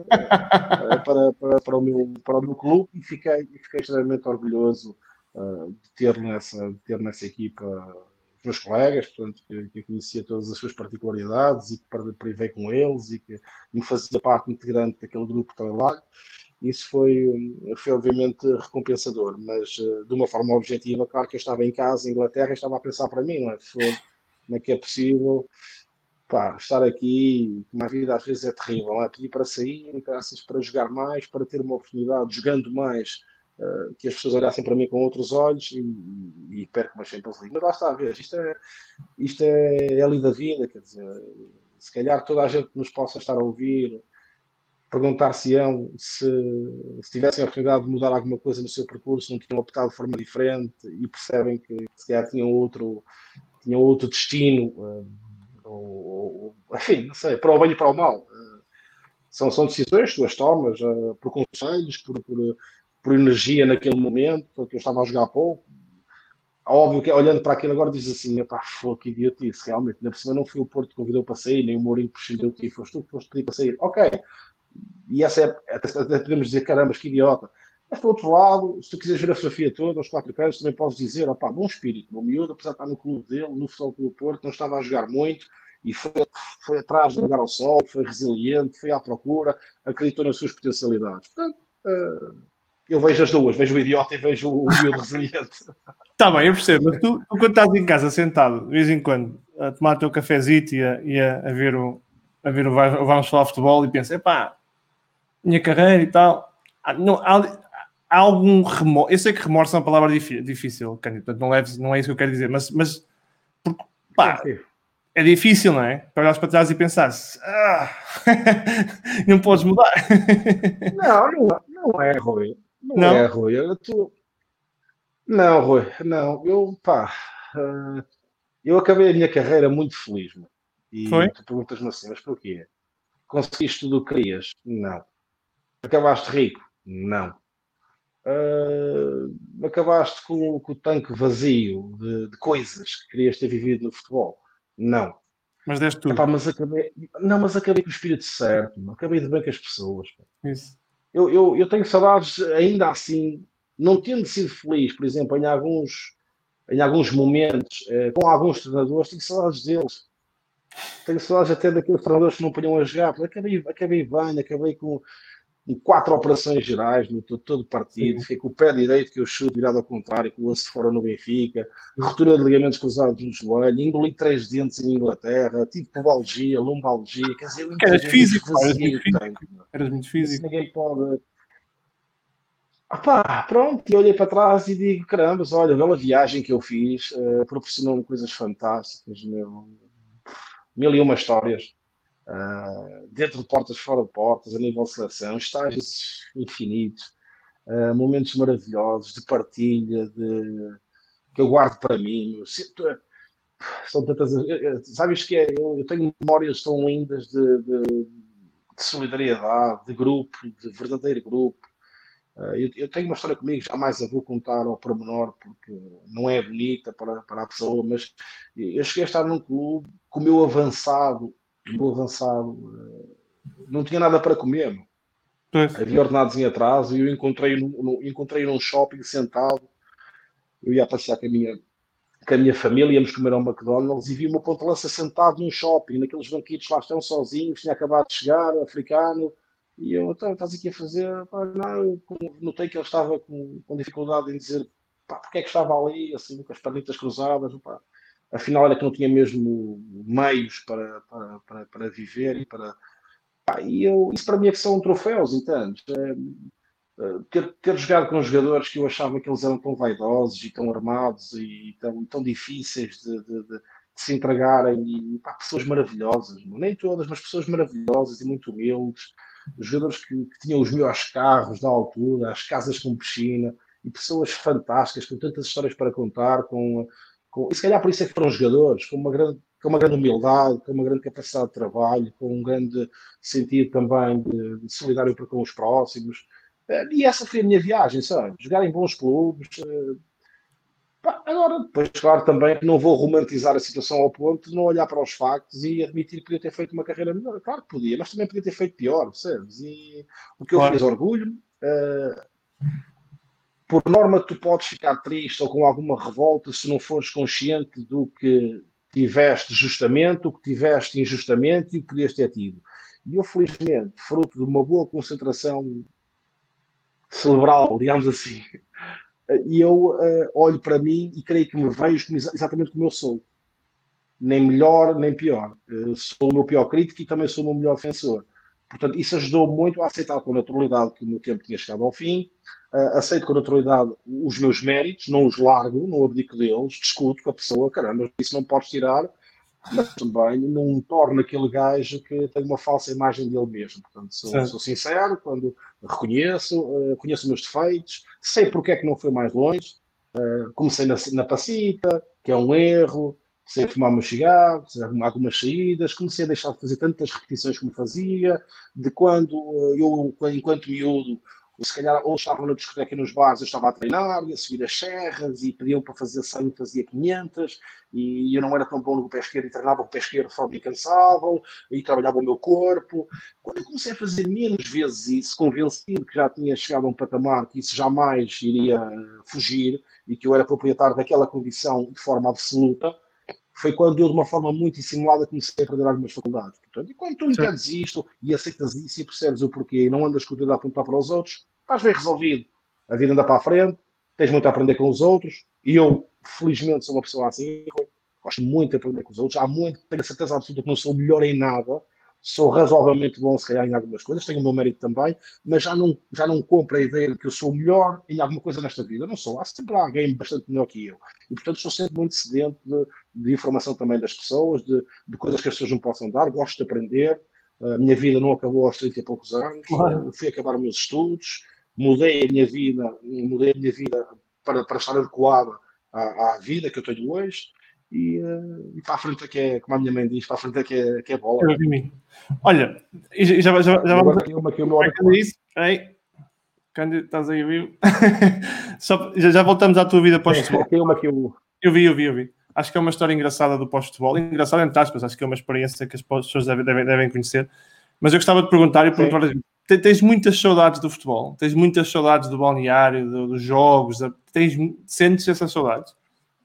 para o meu clube, e fiquei extremamente orgulhoso de ter nessa equipa os meus colegas, portanto, que conhecia todas as suas particularidades e que privei com eles e que me fazia parte integrante daquele grupo de trabalho. Isso foi obviamente recompensador, mas de uma forma objetiva, claro que eu estava em casa, em Inglaterra, e estava a pensar para mim, não é? Como é que é possível estar aqui? Uma vida às vezes é terrível, não é? Pedir para sair, para jogar mais, para ter uma oportunidade, jogando mais, que as pessoas olhassem para mim com outros olhos, e perco uma Champions League. Mas lá está a ver, isto é a lei da vida, quer dizer, se calhar toda a gente nos possa estar a ouvir, perguntar-se-ão se tivessem a oportunidade de mudar alguma coisa no seu percurso, não tinham optado de forma diferente, e percebem que se calhar tinham outro destino, enfim, não sei, para o bem e para o mal. São decisões que tu as tomas por conselhos, por energia naquele momento, porque eu estava a jogar pouco. Óbvio que olhando para aquilo agora diz assim, pá, que idiotice, realmente, na por não foi o Porto que convidou para sair, nem o Mourinho que prescindeu de ti, foste tu que foste pedir para sair. Ok, e essa até podemos dizer, caramba, que idiota. Mas, por outro lado, se tu quiseres ver a fotografia toda, aos 4 cantos, também podes dizer, opá, bom espírito, meu miúdo, apesar de estar no clube dele, no Futebol Clube do Porto, não estava a jogar muito, e foi atrás de lugar ao sol, foi resiliente, foi à procura, acreditou nas suas potencialidades. Portanto, eu vejo as duas, vejo o idiota e vejo o miúdo resiliente. Está bem, eu percebo, mas tu quando estás em casa sentado, de vez em quando, a tomar o teu cafezito e a ver o Vamos Falar Futebol, e pensas, epá, minha carreira e tal, há algum remorso. Eu sei que remorso é uma palavra difícil, Cândido, portanto não é isso que eu quero dizer, mas porque, pá, é difícil, não é? Para olhares para trás e pensares, não podes mudar. Não é, Rui. Não é, Rui. Não, Rui, não. Eu acabei a minha carreira muito feliz, meu. Foi? E tu perguntas-me assim, mas porquê? Conseguiste tudo o que querias? Não. Acabaste rico? Não. Acabaste com o tanque vazio de coisas que querias ter vivido no futebol? Não. Mas deste tudo. Epá, mas acabei com o espírito certo, meu. Acabei de bem com as pessoas. Isso. Eu tenho saudades, ainda assim, não tendo sido feliz, por exemplo, em alguns momentos, com alguns treinadores, tenho saudades deles. Tenho saudades até daqueles treinadores que não punham a jogar. Acabei bem, acabei com 4 operações gerais no todo partido. Fiquei com o pé direito que eu chuto virado ao contrário, com o osso fora no Benfica, ruptura de ligamentos cruzados no joelho, engoli 3 dentes em Inglaterra, tive pubalgia, lombalgia. Quer dizer, eu Eras físico, eras muito isso físico. ninguém pode. Pronto, e olhei para trás e digo, caramba, olha, bela viagem que eu fiz, proporcionou-me coisas fantásticas, mil e uma histórias, dentro de portas, fora de portas, a nível de seleção, estágios infinitos, momentos maravilhosos de partilha, que eu guardo para mim. São tantas, sabes que eu tenho memórias tão lindas de solidariedade, de grupo, de verdadeiro grupo. Eu tenho uma história comigo, jamais a vou contar ao pormenor, porque não é bonita para a pessoa, mas eu cheguei a estar num clube com o meu avançado não tinha nada para comer, meu. Pois, Havia ordenados em atraso e eu encontrei num shopping sentado. Eu ia passear com a minha família, íamos comer ao McDonald's e vi uma ponta-lança sentado num shopping, naqueles banquitos lá estão sozinhos, tinha acabado de chegar, africano, e eu, então, estás aqui a fazer? Pá, não, eu notei que ele estava com dificuldade em dizer, pá, porque é que estava ali, assim, com as pernitas cruzadas, pá. Afinal era que não tinha mesmo meios para viver e para... Pá, isso para mim é que são troféus, entende? Ter jogado com jogadores que eu achava que eles eram tão vaidosos e tão armados e tão difíceis de se entregarem e pá, pessoas maravilhosas, nem todas, mas pessoas maravilhosas e muito humildes, jogadores que tinham os melhores carros da altura, as casas com piscina e pessoas fantásticas com tantas histórias para contar, e se calhar por isso é que foram jogadores, com uma grande humildade, com uma grande capacidade de trabalho, com um grande sentido também de solidário para com os próximos. E essa foi a minha viagem, sabe? Jogar em bons clubes. Pá, agora, depois, claro, também não vou romantizar a situação ao ponto de não olhar para os factos e admitir que podia ter feito uma carreira melhor. Claro que podia, mas também podia ter feito pior, percebes? E o que eu fiz, claro. orgulho-me. Por norma, tu podes ficar triste ou com alguma revolta se não fores consciente do que tiveste justamente, o que tiveste injustamente e o que podias ter tido. E eu, felizmente, fruto de uma boa concentração cerebral, digamos assim, e eu olho para mim e creio que me vejo exatamente como eu sou. Nem melhor, nem pior. Sou o meu pior crítico e também sou o meu melhor ofensor. Portanto, isso ajudou muito a aceitar com naturalidade que o meu tempo tinha chegado ao fim. Aceito com naturalidade os meus méritos, não os largo, não abdico deles, discuto com a pessoa, caramba, isso não podes tirar, mas também não torna aquele gajo que tem uma falsa imagem dele mesmo. Portanto, sou Sim. sincero quando conheço os meus defeitos, sei porque é que não foi mais longe. Comecei na passita, que é um erro, comecei a fumar meus cigarros, algumas saídas, comecei a deixar de fazer tantas repetições como fazia, de quando eu, enquanto miúdo, se calhar ou estavam na discoteca e nos bares, eu estava a treinar, ia subir as serras e pediam para fazer 100, fazia 500, e eu não era tão bom no pé esquerdo e treinava o pé esquerdo só me cansava, e trabalhava o meu corpo. Quando eu comecei a fazer menos vezes isso, convencido que já tinha chegado a um patamar que isso jamais iria fugir, e que eu era proprietário daquela condição de forma absoluta, foi quando eu, de uma forma muito dissimulada, comecei a perder algumas faculdades. Portanto, e quando tu Sim. entendes isto e aceitas isso e percebes o porquê e não andas com o dedo a apontar para os outros, estás bem resolvido. A vida anda para a frente, tens muito a aprender com os outros, e eu, felizmente, sou uma pessoa assim, gosto muito de aprender com os outros, tenho a certeza absoluta que não sou melhor em nada, sou razoavelmente bom, se calhar, em algumas coisas, tenho o meu mérito também, mas já não compro a ideia de que eu sou melhor em alguma coisa nesta vida. Não sou. Há sempre alguém bastante melhor que eu. E, portanto, estou sempre muito sedento de informação também das pessoas, de coisas que as pessoas não possam dar. Gosto de aprender. A minha vida não acabou aos 30 e poucos anos. Claro. Fui acabar os meus estudos, mudei a minha vida para estar adequada à vida que eu tenho hoje. E para a frente é que é, como a minha mãe diz, para a frente é que é bola. Eu de mim. Olha, e já E vamos agora a caiu-me aqui o meu como é que é auricular. isso? Ei, Cândido, estás aí vivo? Já voltamos à tua vida pós-futebol. Caiu-me aqui o. Eu vi. Acho que é uma história engraçada do pós-futebol. Engraçada entre aspas, acho que é uma experiência que as pessoas devem conhecer. Mas eu gostava de perguntar e Sim. perguntar: tens muitas saudades do futebol? Tens muitas saudades do balneário, dos jogos? Sentes essas saudades?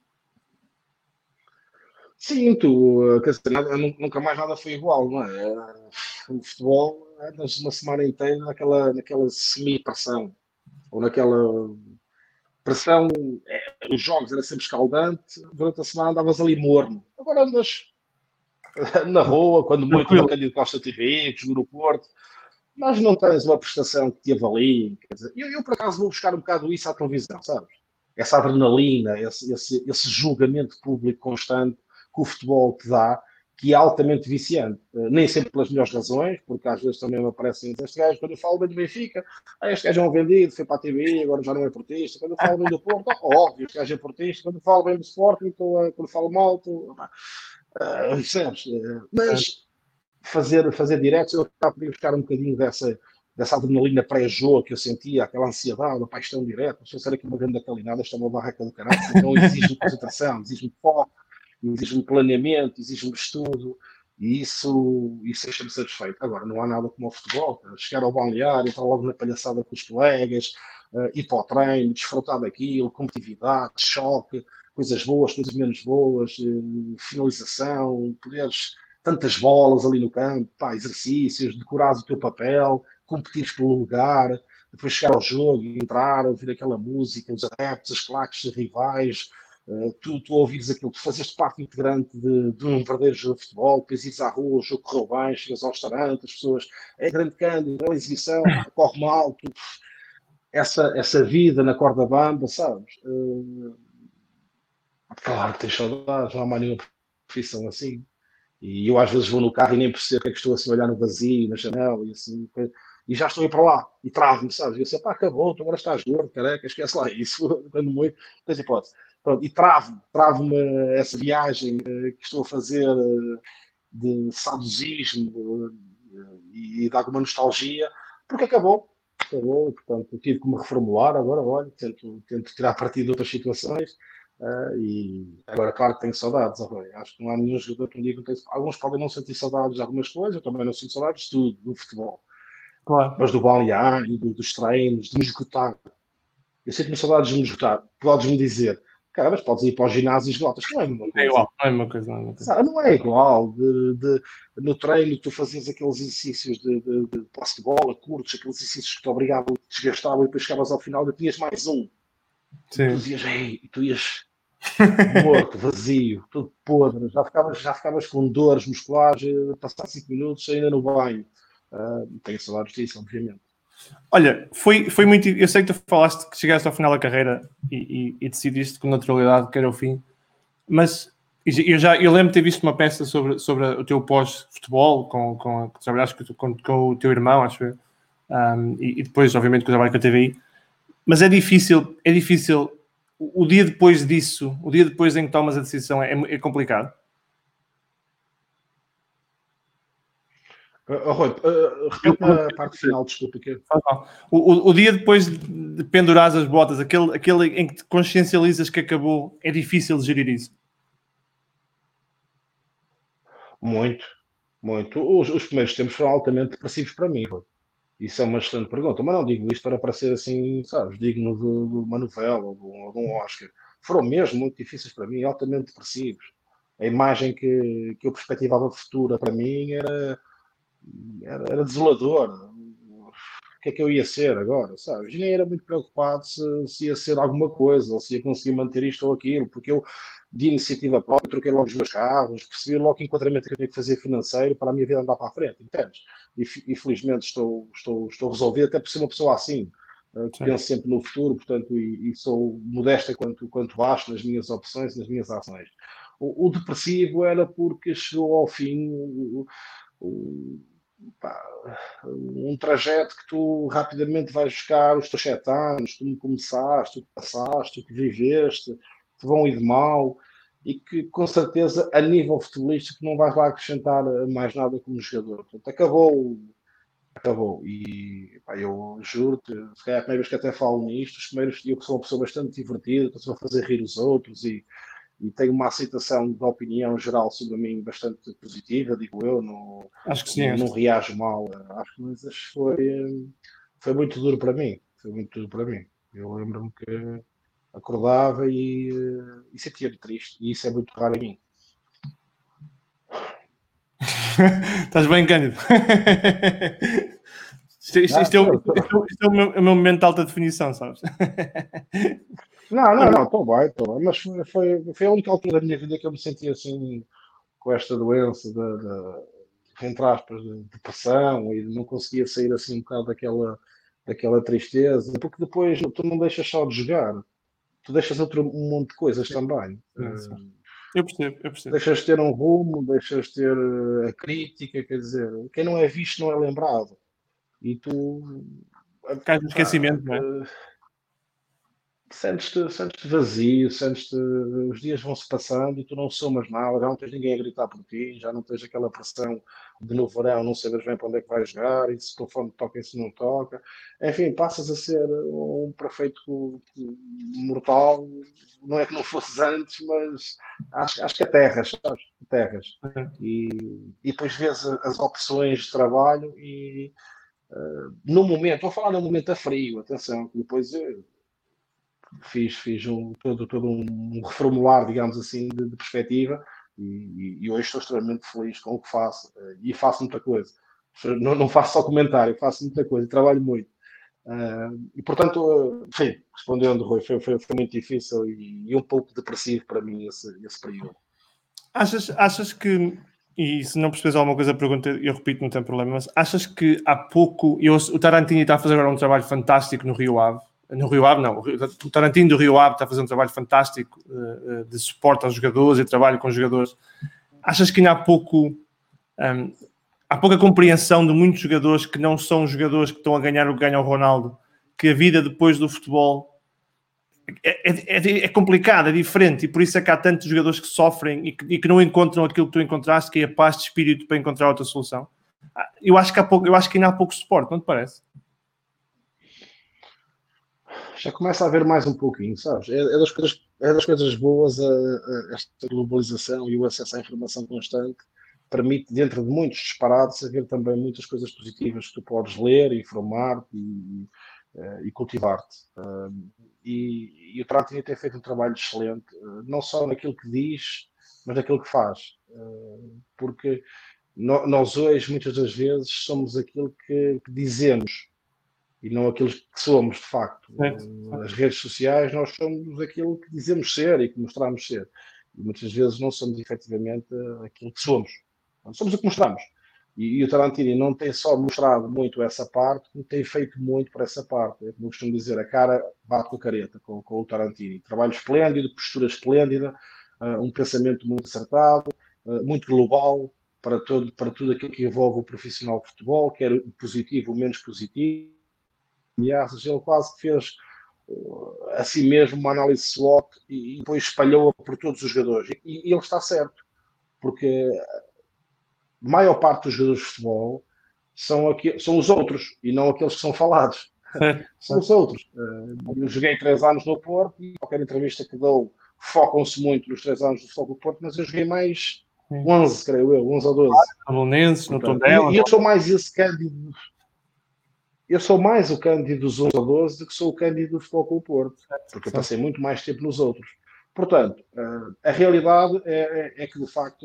Sinto, quer dizer, nunca mais nada foi igual, não é? O futebol andas uma semana inteira naquela semi-pressão, ou naquela pressão, os jogos era sempre escaldante, durante a semana andavas ali morno. Agora andas na rua, quando muito na Tranquilo. Cândido Costa TV, que jogou no Porto, mas não tens uma prestação que te avalie. Quer dizer, eu, por acaso vou buscar um bocado isso à televisão, sabes? Essa adrenalina, esse julgamento público constante que o futebol te dá, que é altamente viciante. Nem sempre pelas melhores razões, porque às vezes também me aparecem este gajo, quando eu falo bem do Benfica, este gajo é um vendido, foi para a TV, agora já não é portista. Quando eu falo bem do Porto, óbvio, este gajo é portista. Quando eu falo bem do Sporting, quando falo mal, percebes? Mas fazer diretos, eu acabo de buscar um bocadinho dessa adrenalina pré-jogo que eu sentia, aquela ansiedade, a paixão direta, se eu ser aqui uma grande calinada, esta é uma barraca do caralho, então exige-me concentração, exige-me foco, exige-me planeamento, exige-me estudo, e isso deixa-me satisfeito. Agora, não há nada como o futebol, cara. Chegar ao balneário, estar logo na palhaçada com os colegas, ir para o treino, desfrutar daquilo, competitividade, choque, coisas boas, coisas menos boas, finalização, poderes, tantas bolas ali no campo, pá, exercícios, decorares o teu papel, competires pelo lugar, depois chegar ao jogo e entrar, ouvir aquela música, os adeptos, as claques de rivais, tu ouvires aquilo, tu fazes parte integrante de um verdadeiro jogo de futebol, depois ires à rua, o jogo correu bem, chegas ao restaurante, as pessoas, é grande cândido, é uma exibição, pá, corre mal, essa vida na corda bamba, sabes? Claro que tens saudades, não há mais nenhuma profissão assim. E eu às vezes vou no carro e nem percebo que é que estou assim a olhar no vazio, na janela e assim, e já estou a ir para lá e travo-me, sabes? E eu sei, pá, acabou, tu agora estás gordo, careca, esquece lá isso, quando muito, tens hipótese. Pronto, e travo-me essa viagem que estou a fazer de saudosismo e de alguma nostalgia, porque acabou, portanto, tive que me reformular, agora, olha, tento tirar partido de outras situações. E agora, claro que tenho saudades. Acho que não há nenhum jogador que me diga que tem. Alguns podem não sentir saudades de algumas coisas, eu também não sinto saudades de tudo, do futebol, Claro. mas do balneário, dos treinos, de me esgotar. Eu sinto-me saudades de me esgotar. Podes-me dizer, cara, mas podes ir para o ginásio e esgotas. Não é a mesma É coisa. igual, não é uma coisa, não é uma coisa. Sabe, não é igual. No treino, tu fazias aqueles exercícios de posse de bola, curtos, aqueles exercícios que te obrigavam, te desgastavam, e depois chegavas ao final e tinhas mais um. E tu Sim. dizias, ei, e tu ias morto, vazio, tudo podre, já ficavas com dores musculares, passar 5 minutos ainda no banho. Tenho saudades disso, obviamente. Olha, foi muito. Eu sei que tu falaste que chegaste ao final da carreira e decidiste com naturalidade que era o fim, mas eu lembro de ter visto uma peça sobre o teu pós-futebol, que trabalhaste com o teu irmão, acho eu, e depois, obviamente, com o trabalho com a TVI. Mas é difícil. O dia depois disso, o dia depois em que tomas a decisão, é complicado. Rui, repete-me a parte final, desculpa. O dia depois de pendurares as botas, aquele em que te consciencializas que acabou, é difícil de gerir isso. Muito, muito. Os primeiros tempos foram altamente depressivos para mim. Rui. Isso é uma excelente pergunta, mas não digo isto para parecer assim, sabes, digno de uma novela ou de um Oscar. Foram mesmo muito difíceis para mim, altamente depressivos. A imagem que eu perspectivava futura para mim era desolador. O que é que eu ia ser agora, sabes? E nem era muito preocupado se ia ser alguma coisa, ou se ia conseguir manter isto ou aquilo, porque eu, de iniciativa própria, troquei logo os meus carros, percebi logo que enquadramento que eu tinha que fazer financeiro para a minha vida andar para a frente, entendes? E felizmente estou resolvido, até por ser uma pessoa assim, que Sim. penso sempre no futuro, portanto, e sou modesta quanto acho nas minhas opções, nas minhas ações. O depressivo era porque chegou ao fim o, pá, um trajeto que tu rapidamente vais buscar os teus 7 anos, tu começaste, tu passaste, tu que viveste, te vão ir de mal, e que com certeza a nível futebolístico não vais lá acrescentar mais nada como jogador. Portanto, acabou. E pá, eu juro-te, se calhar a primeira vez que até falo nisto, os primeiros, eu que sou uma pessoa bastante divertida, estou a fazer rir os outros e tenho uma aceitação de opinião geral sobre mim bastante positiva, digo eu, Acho que sim. não reajo mal às coisas, foi muito duro para mim. Foi muito duro para mim. Eu lembro-me que acordava e sentia-me triste, e isso é muito raro em mim. Estás bem, Cândido? Isto é o meu momento de alta definição, sabes? Não, estou bem, mas foi a única altura da minha vida que eu me senti assim, com esta doença entre aspas, de depressão e não conseguia sair assim um bocado daquela tristeza, porque depois tu não deixas só de jogar, tu deixas um monte de coisas também. Eu percebo. Deixas de ter um rumo, deixas de ter a crítica, quer dizer, quem não é visto não é lembrado. E tu. Cais no Pá, esquecimento, não é? sentes-te vazio, sentes-te, os dias vão-se passando e tu não somas nada, já não tens ninguém a gritar por ti, já não tens aquela pressão de no verão não sabes bem para onde é que vais jogar, e se o telefone toca e se não toca. Enfim, passas a ser um perfeito mortal, não é que não fosses antes, mas acho que aterras, sabes? Aterras. E, e depois vês as opções de trabalho e no momento, vou falar no momento a frio, atenção, que depois fiz todo um reformular, digamos assim, de perspectiva e hoje estou extremamente feliz com o que faço e faço muita coisa. Não faço só comentário, faço muita coisa, trabalho muito. E portanto, enfim, respondendo, Rui, foi muito difícil e um pouco depressivo para mim esse período. Achas que, e se não percebes alguma coisa, pergunta, eu repito, não tem problema, mas achas que há pouco, o Tarantini está a fazer agora um trabalho fantástico no Rio Ave, no Rio Ave não, o Tarantino do Rio Ave está a fazer um trabalho fantástico de suporte aos jogadores e trabalho com os jogadores. Achas que ainda há pouca compreensão de muitos jogadores que não são jogadores que estão a ganhar o que ganha o Ronaldo, que a vida depois do futebol é complicado, é diferente, e por isso é que há tantos jogadores que sofrem e que não encontram aquilo que tu encontraste, que é a paz de espírito para encontrar outra solução. Eu acho que ainda há pouco suporte, não te parece? Já começa a haver mais um pouquinho, sabes? É das coisas boas esta globalização e o acesso à informação constante permite, dentro de muitos disparates, haver também muitas coisas positivas que tu podes ler, informar-te e cultivar-te. E o Tarantino tem feito um trabalho excelente, não só naquilo que diz, mas naquilo que faz. Porque nós hoje, muitas das vezes, somos aquilo que dizemos e não aquilo que somos, de facto. As redes sociais, nós somos aquilo que dizemos ser e que mostramos ser. E muitas vezes não somos efetivamente aquilo que somos. Somos o que mostramos. E o Tarantino não tem só mostrado muito essa parte, como tem feito muito para essa parte. É como eu costumo dizer, a cara bate com a careta, com o Tarantino. Trabalho esplêndido, postura esplêndida, um pensamento muito acertado, muito global, para tudo aquilo que envolve o profissional de futebol, quer o positivo ou menos positivo. Aliás, ele quase que fez assim mesmo uma análise SWOT e depois espalhou-a por todos os jogadores. E ele está certo, porque a maior parte dos jogadores de futebol são os outros e não aqueles que são falados. São os outros. Eu joguei 3 anos no Porto e qualquer entrevista que dou focam-se muito nos 3 anos do Futebol do Porto, mas eu joguei mais 11, creio eu, 11 ou 12. No Tondela. E eu sou mais esse Cândido. Eu sou mais o Cândido dos 11 ou 12 do que sou o Cândido do Futebol Clube Porto, porque eu passei muito mais tempo nos outros. Portanto, a realidade é que, de facto,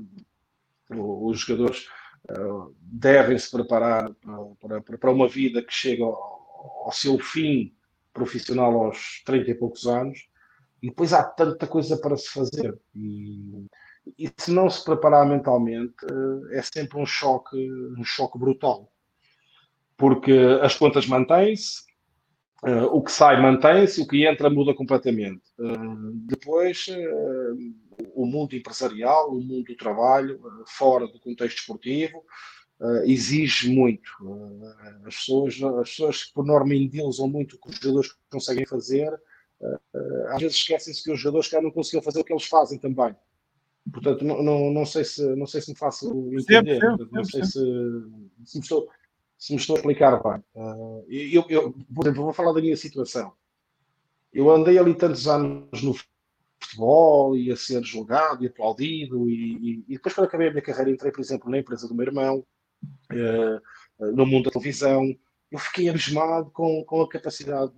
os jogadores devem se preparar para uma vida que chega ao seu fim profissional aos 30 e poucos anos, e depois há tanta coisa para se fazer. E se não se preparar mentalmente, é sempre um choque brutal. Porque as contas mantêm-se, o que sai mantém-se, o que entra muda completamente. Depois, o mundo empresarial, o mundo do trabalho, fora do contexto esportivo, exige muito. As pessoas que por norma endeusam muito o que os jogadores conseguem fazer, às vezes esquecem-se que os jogadores já não conseguiam fazer o que eles fazem também. Portanto, não sei se me faço entender. Portanto, não sei se me estou a explicar bem. Por exemplo, vou falar da minha situação. Eu andei ali tantos anos no futebol e a ser julgado e aplaudido e depois quando acabei a minha carreira entrei, por exemplo, na empresa do meu irmão, no mundo da televisão. Eu fiquei abismado com a capacidade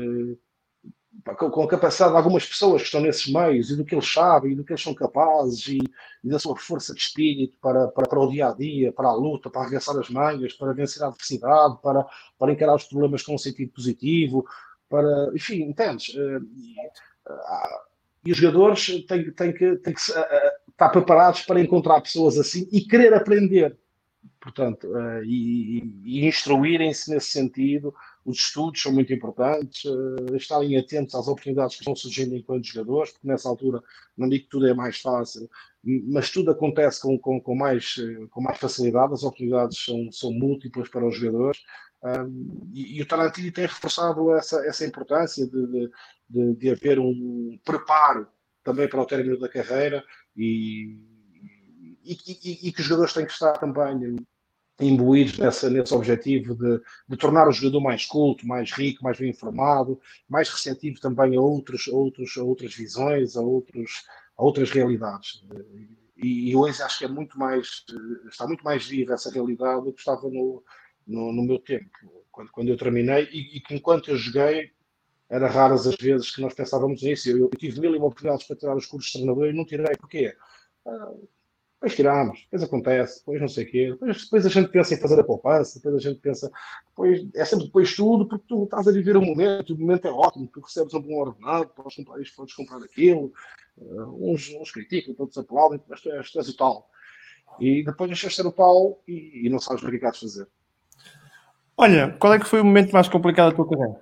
com a capacidade de algumas pessoas que estão nesses meios e do que eles sabem e do que eles são capazes e da sua força de espírito para o dia a dia, para a luta, para arregaçar as mangas, para vencer a adversidade, para encarar os problemas com um sentido positivo, enfim, entendes? E os jogadores têm que estar preparados para encontrar pessoas assim e querer aprender. Portanto, e instruírem-se nesse sentido. Os estudos são muito importantes, estarem atentos às oportunidades que estão surgindo enquanto jogadores, porque nessa altura, não digo que tudo é mais fácil, mas tudo acontece com mais facilidade, as oportunidades são múltiplas para os jogadores, E o Tarantino tem reforçado essa importância de haver um preparo também para o término da carreira e que os jogadores têm que estar também imbuídos nesse objetivo de tornar o jogador mais culto, mais rico, mais bem informado, mais receptivo também a outras visões, a outras realidades. E hoje acho que está muito mais viva essa realidade do que estava no meu tempo, quando eu terminei, e que enquanto eu joguei, era raras as vezes que nós pensávamos nisso. Eu tive mil e uma oportunidades para tirar os cursos de treinador e não tirei. Porquê? Depois tiramos, depois acontece, depois não sei o quê, depois a gente pensa em fazer a poupança, depois a gente pensa, depois, é sempre depois tudo, porque tu estás a viver o momento é ótimo, tu recebes um bom ordenado, podes comprar isto, podes comprar aquilo, uns criticam, outros aplaudem, mas tu és o tal. E depois deixas de ser o tal e não sabes o que é que há de fazer. Olha, qual é que foi o momento mais complicado da tua carreira?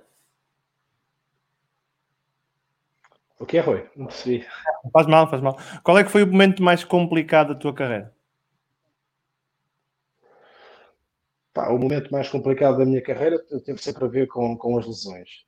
O que é, Rui? Não percebi. Faz mal, faz mal. Qual é que foi o momento mais complicado da tua carreira? Pá, o momento mais complicado da minha carreira teve sempre a ver com as lesões.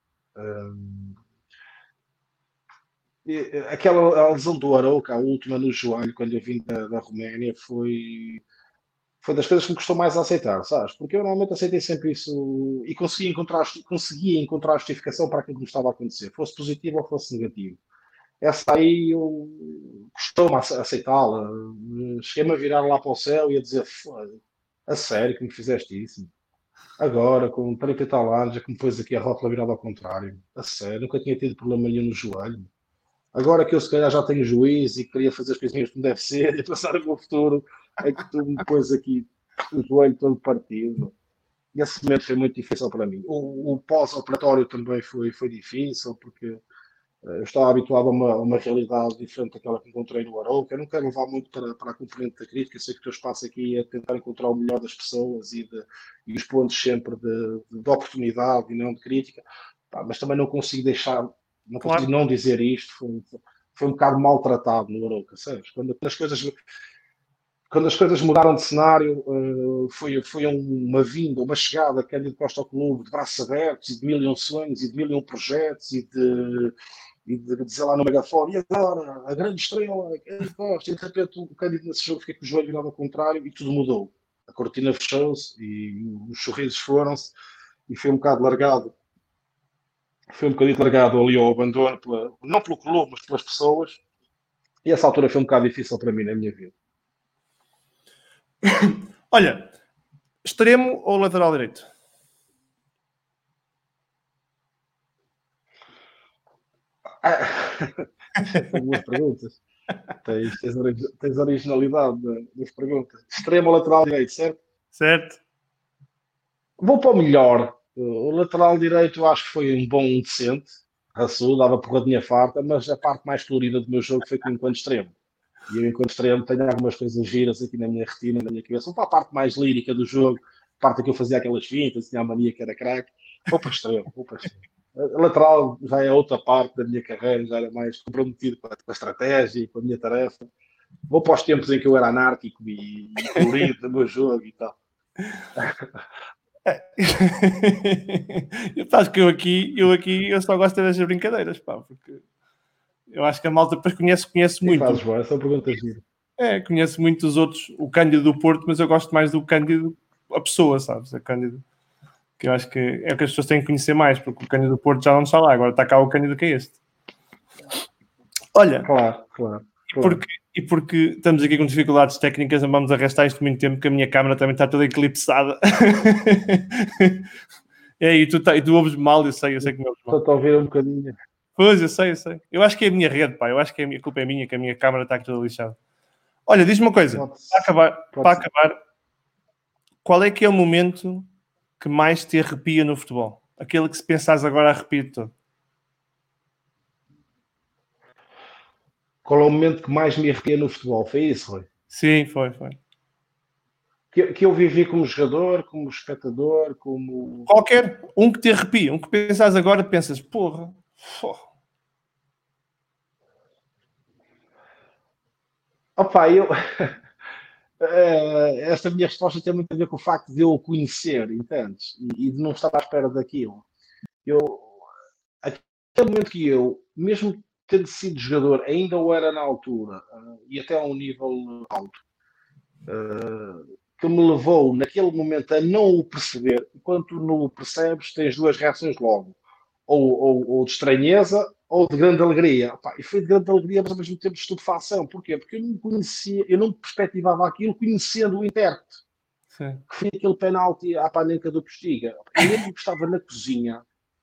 Aquela lesão do Arouca, a última no joelho, quando eu vim da Roménia, foi das coisas que me custou mais a aceitar, sabes? Porque eu normalmente aceitei sempre isso e conseguia encontrar justificação para aquilo que me estava a acontecer, fosse positivo ou fosse negativo. Essa aí eu custou-me aceitá-la. Cheguei-me a virar lá para o céu e a dizer: a sério que me fizeste isso? Agora, com 30 e tal anos, é que me pôs aqui a rótula virada ao contrário. A sério, nunca tinha tido problema nenhum no joelho. Agora que eu se calhar já tenho juízo e queria fazer as coisinhas como deve ser e passar o meu futuro, é que tu me pôs aqui o joelho todo partido. E esse momento foi muito difícil para mim. O pós-operatório também foi difícil, porque eu estava habituado a uma realidade diferente daquela que encontrei no Arouca. Eu não quero levar muito para a componente da crítica, eu sei que o teu espaço aqui é tentar encontrar o melhor das pessoas e os pontos sempre de oportunidade e não de crítica. Pá, mas também não consigo deixar, não consigo Claro. não dizer isto. Foi um bocado maltratado no Arouca, sabes? Quando as coisas mudaram de cenário, foi uma vinda, uma chegada a Cândido Costa ao clube de braços abertos e de mil e um sonhos e de mil e um projetos e de dizer lá no megafone, e agora, a grande estrela, Cândido Costa, e de repente o Cândido nesse jogo fica com o joelho virado ao contrário e tudo mudou. A cortina fechou-se e os sorrisos foram-se e foi um bocadinho largado ali ao abandono, não pelo clube, mas pelas pessoas, e essa altura foi um bocado difícil para mim na minha vida. Olha, extremo ou lateral direito? São boas perguntas. Tens originalidade das perguntas. Extremo ou lateral direito, certo? Certo? Vou para o melhor. O lateral direito eu acho que foi um bom decente. Raçudo, dava porradinha farta, mas a parte mais colorida do meu jogo foi enquanto extremo. E eu, enquanto extremo, tenho algumas coisas giras aqui na minha retina, na minha cabeça. Vou para a parte mais lírica do jogo, a parte que eu fazia aquelas fintas, tinha a mania que era craque. Vou para extremo, vou para extremo. A lateral já é outra parte da minha carreira, já era mais comprometido com a estratégia e com a minha tarefa. Vou para os tempos em que eu era anárquico e colorido no meu jogo e tal. Acho que eu só gosto destas brincadeiras, pá, porque eu acho que a malta depois conhece E muito. fazes bom, essa pergunta é gira. Conheço muito os outros, o Cândido do Porto, mas eu gosto mais do Cândido, a pessoa, sabes? A Cândido, que eu acho que é o que as pessoas têm que conhecer mais, porque o Cândido do Porto já não está lá, agora está cá o Cândido que é este. Olha, Claro. e porque estamos aqui com dificuldades técnicas, não vamos arrastar isto muito tempo, que a minha câmera também está toda eclipsada. E tu ouves mal, eu sei que me ouves mal. Estou a ouvir um bocadinho. Pois, eu sei. Eu acho que é a minha rede, pá. Eu acho que a culpa é minha, que a minha câmera está aqui toda lixada. Olha, diz-me uma coisa. Para acabar, qual é que é o momento que mais te arrepia no futebol? Aquele que se pensares agora arrepia todo. Qual é o momento que mais me arrepia no futebol? Foi isso, Rui? Sim, foi. Que eu vivi como jogador, como espectador, como... Qualquer, um que te arrepia, um que pensares agora, pensas, porra. Opa, esta minha resposta tem muito a ver com o facto de eu o conhecer, entendes? E de não estar à espera daquilo. Aquele momento que eu, mesmo tendo sido jogador, ainda o era na altura, e até a um nível alto, que me levou naquele momento a não o perceber. Quando tu não o percebes, tens duas reações logo, ou de estranheza ou de grande alegria. Pá, e foi de grande alegria, mas ao mesmo tempo de estupefação. Porquê? Porque eu não conhecia, eu não perspectivava aquilo conhecendo o intérprete. Sim. Que foi aquele penalti à Panenka do Postiga. Eu lembro que estava na cozinha.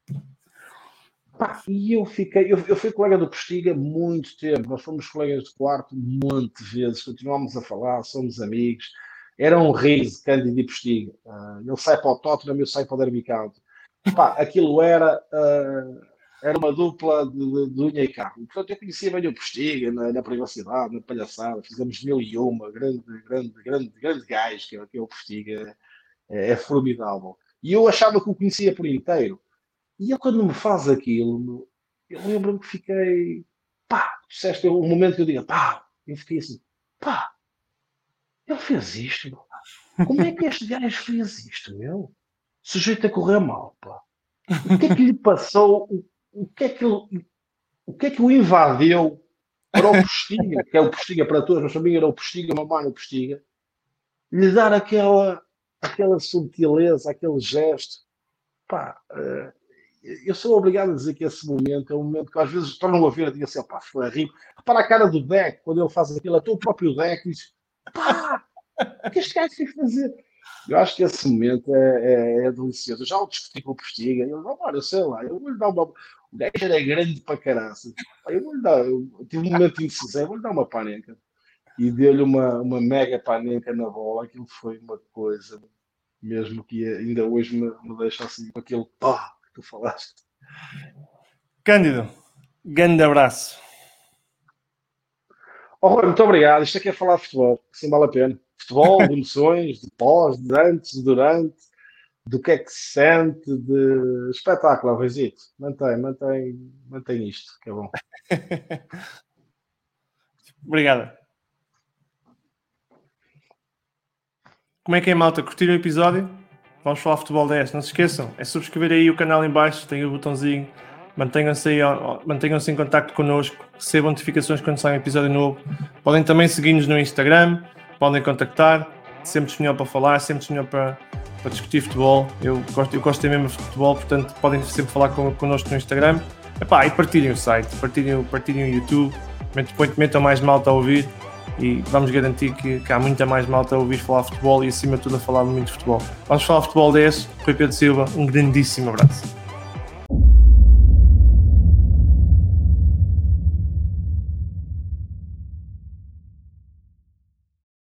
Pá, e eu fui colega do Postiga muito tempo. Nós fomos colegas de quarto um monte de vezes. Continuámos a falar, somos amigos. Era um riso, Cândido e Postiga. Ele sai para o Tottenham, eu saio para o Derby County. Pá, aquilo era uma dupla de unha e carne. Portanto, eu conhecia bem o Postiga na privacidade, na palhaçada. Fizemos 1001, grande gajo, que é o Postiga. É formidável. E eu achava que o conhecia por inteiro. E ele, quando me faz aquilo, eu lembro-me que fiquei. Pá, disseste um momento que eu digo, pá, eu fiquei assim, pá, ele fez isto, meu. Como é que este gajo fez isto, meu? Sujeito a correr mal, pá. O que é que lhe passou? O que é que o invadiu para o Postiga, que é o Postiga para todos, mas também era o Postiga, uma mano Postiga, lhe dar aquela subtileza, aquele gesto, pá. Eu sou obrigado a dizer que esse momento é um momento que às vezes tornam a ver e digo assim, pá, foi a rir. Repara a cara do Deck, quando ele faz aquilo, até o próprio Deck diz, pá, o que este gajo fez fazer? Eu acho que esse momento é delicioso. Eu já o discuti com o Postiga, eu sei lá, eu vou-lhe dar uma. O gajo era grande para caraça. Eu vou-lhe dar, eu tive um momento indecisão, vou-lhe dar uma panenca. E deu-lhe uma mega panenca na bola, aquilo foi uma coisa mesmo que ainda hoje me deixa assim com aquele pá que tu falaste. Cândido, grande abraço. Rui, muito obrigado. Isto aqui é falar de futebol, assim vale a pena. Futebol, de emoções, de pós, de antes, de durante, do que é que se sente, de espetáculo, Ruizito. Mantém isto, que é bom. Obrigado. Como é que é, malta? Curtiram o episódio? Vamos falar futebol 10. Não se esqueçam, é subscrever aí o canal em baixo, tem o botãozinho. Mantenham-se em contacto connosco, recebam notificações quando sai um episódio novo. Podem também seguir-nos no Instagram, podem contactar, sempre disponível para falar, sempre disponível para discutir futebol. Eu gosto mesmo de futebol, portanto podem sempre falar connosco no Instagram. E partilhem o site, partilhem o YouTube, metam mais malta a ouvir e vamos garantir que há muita mais malta a ouvir falar futebol e acima de tudo a falar muito de futebol. Vamos falar futebol 10, Rui Pedro Silva, um grandíssimo abraço.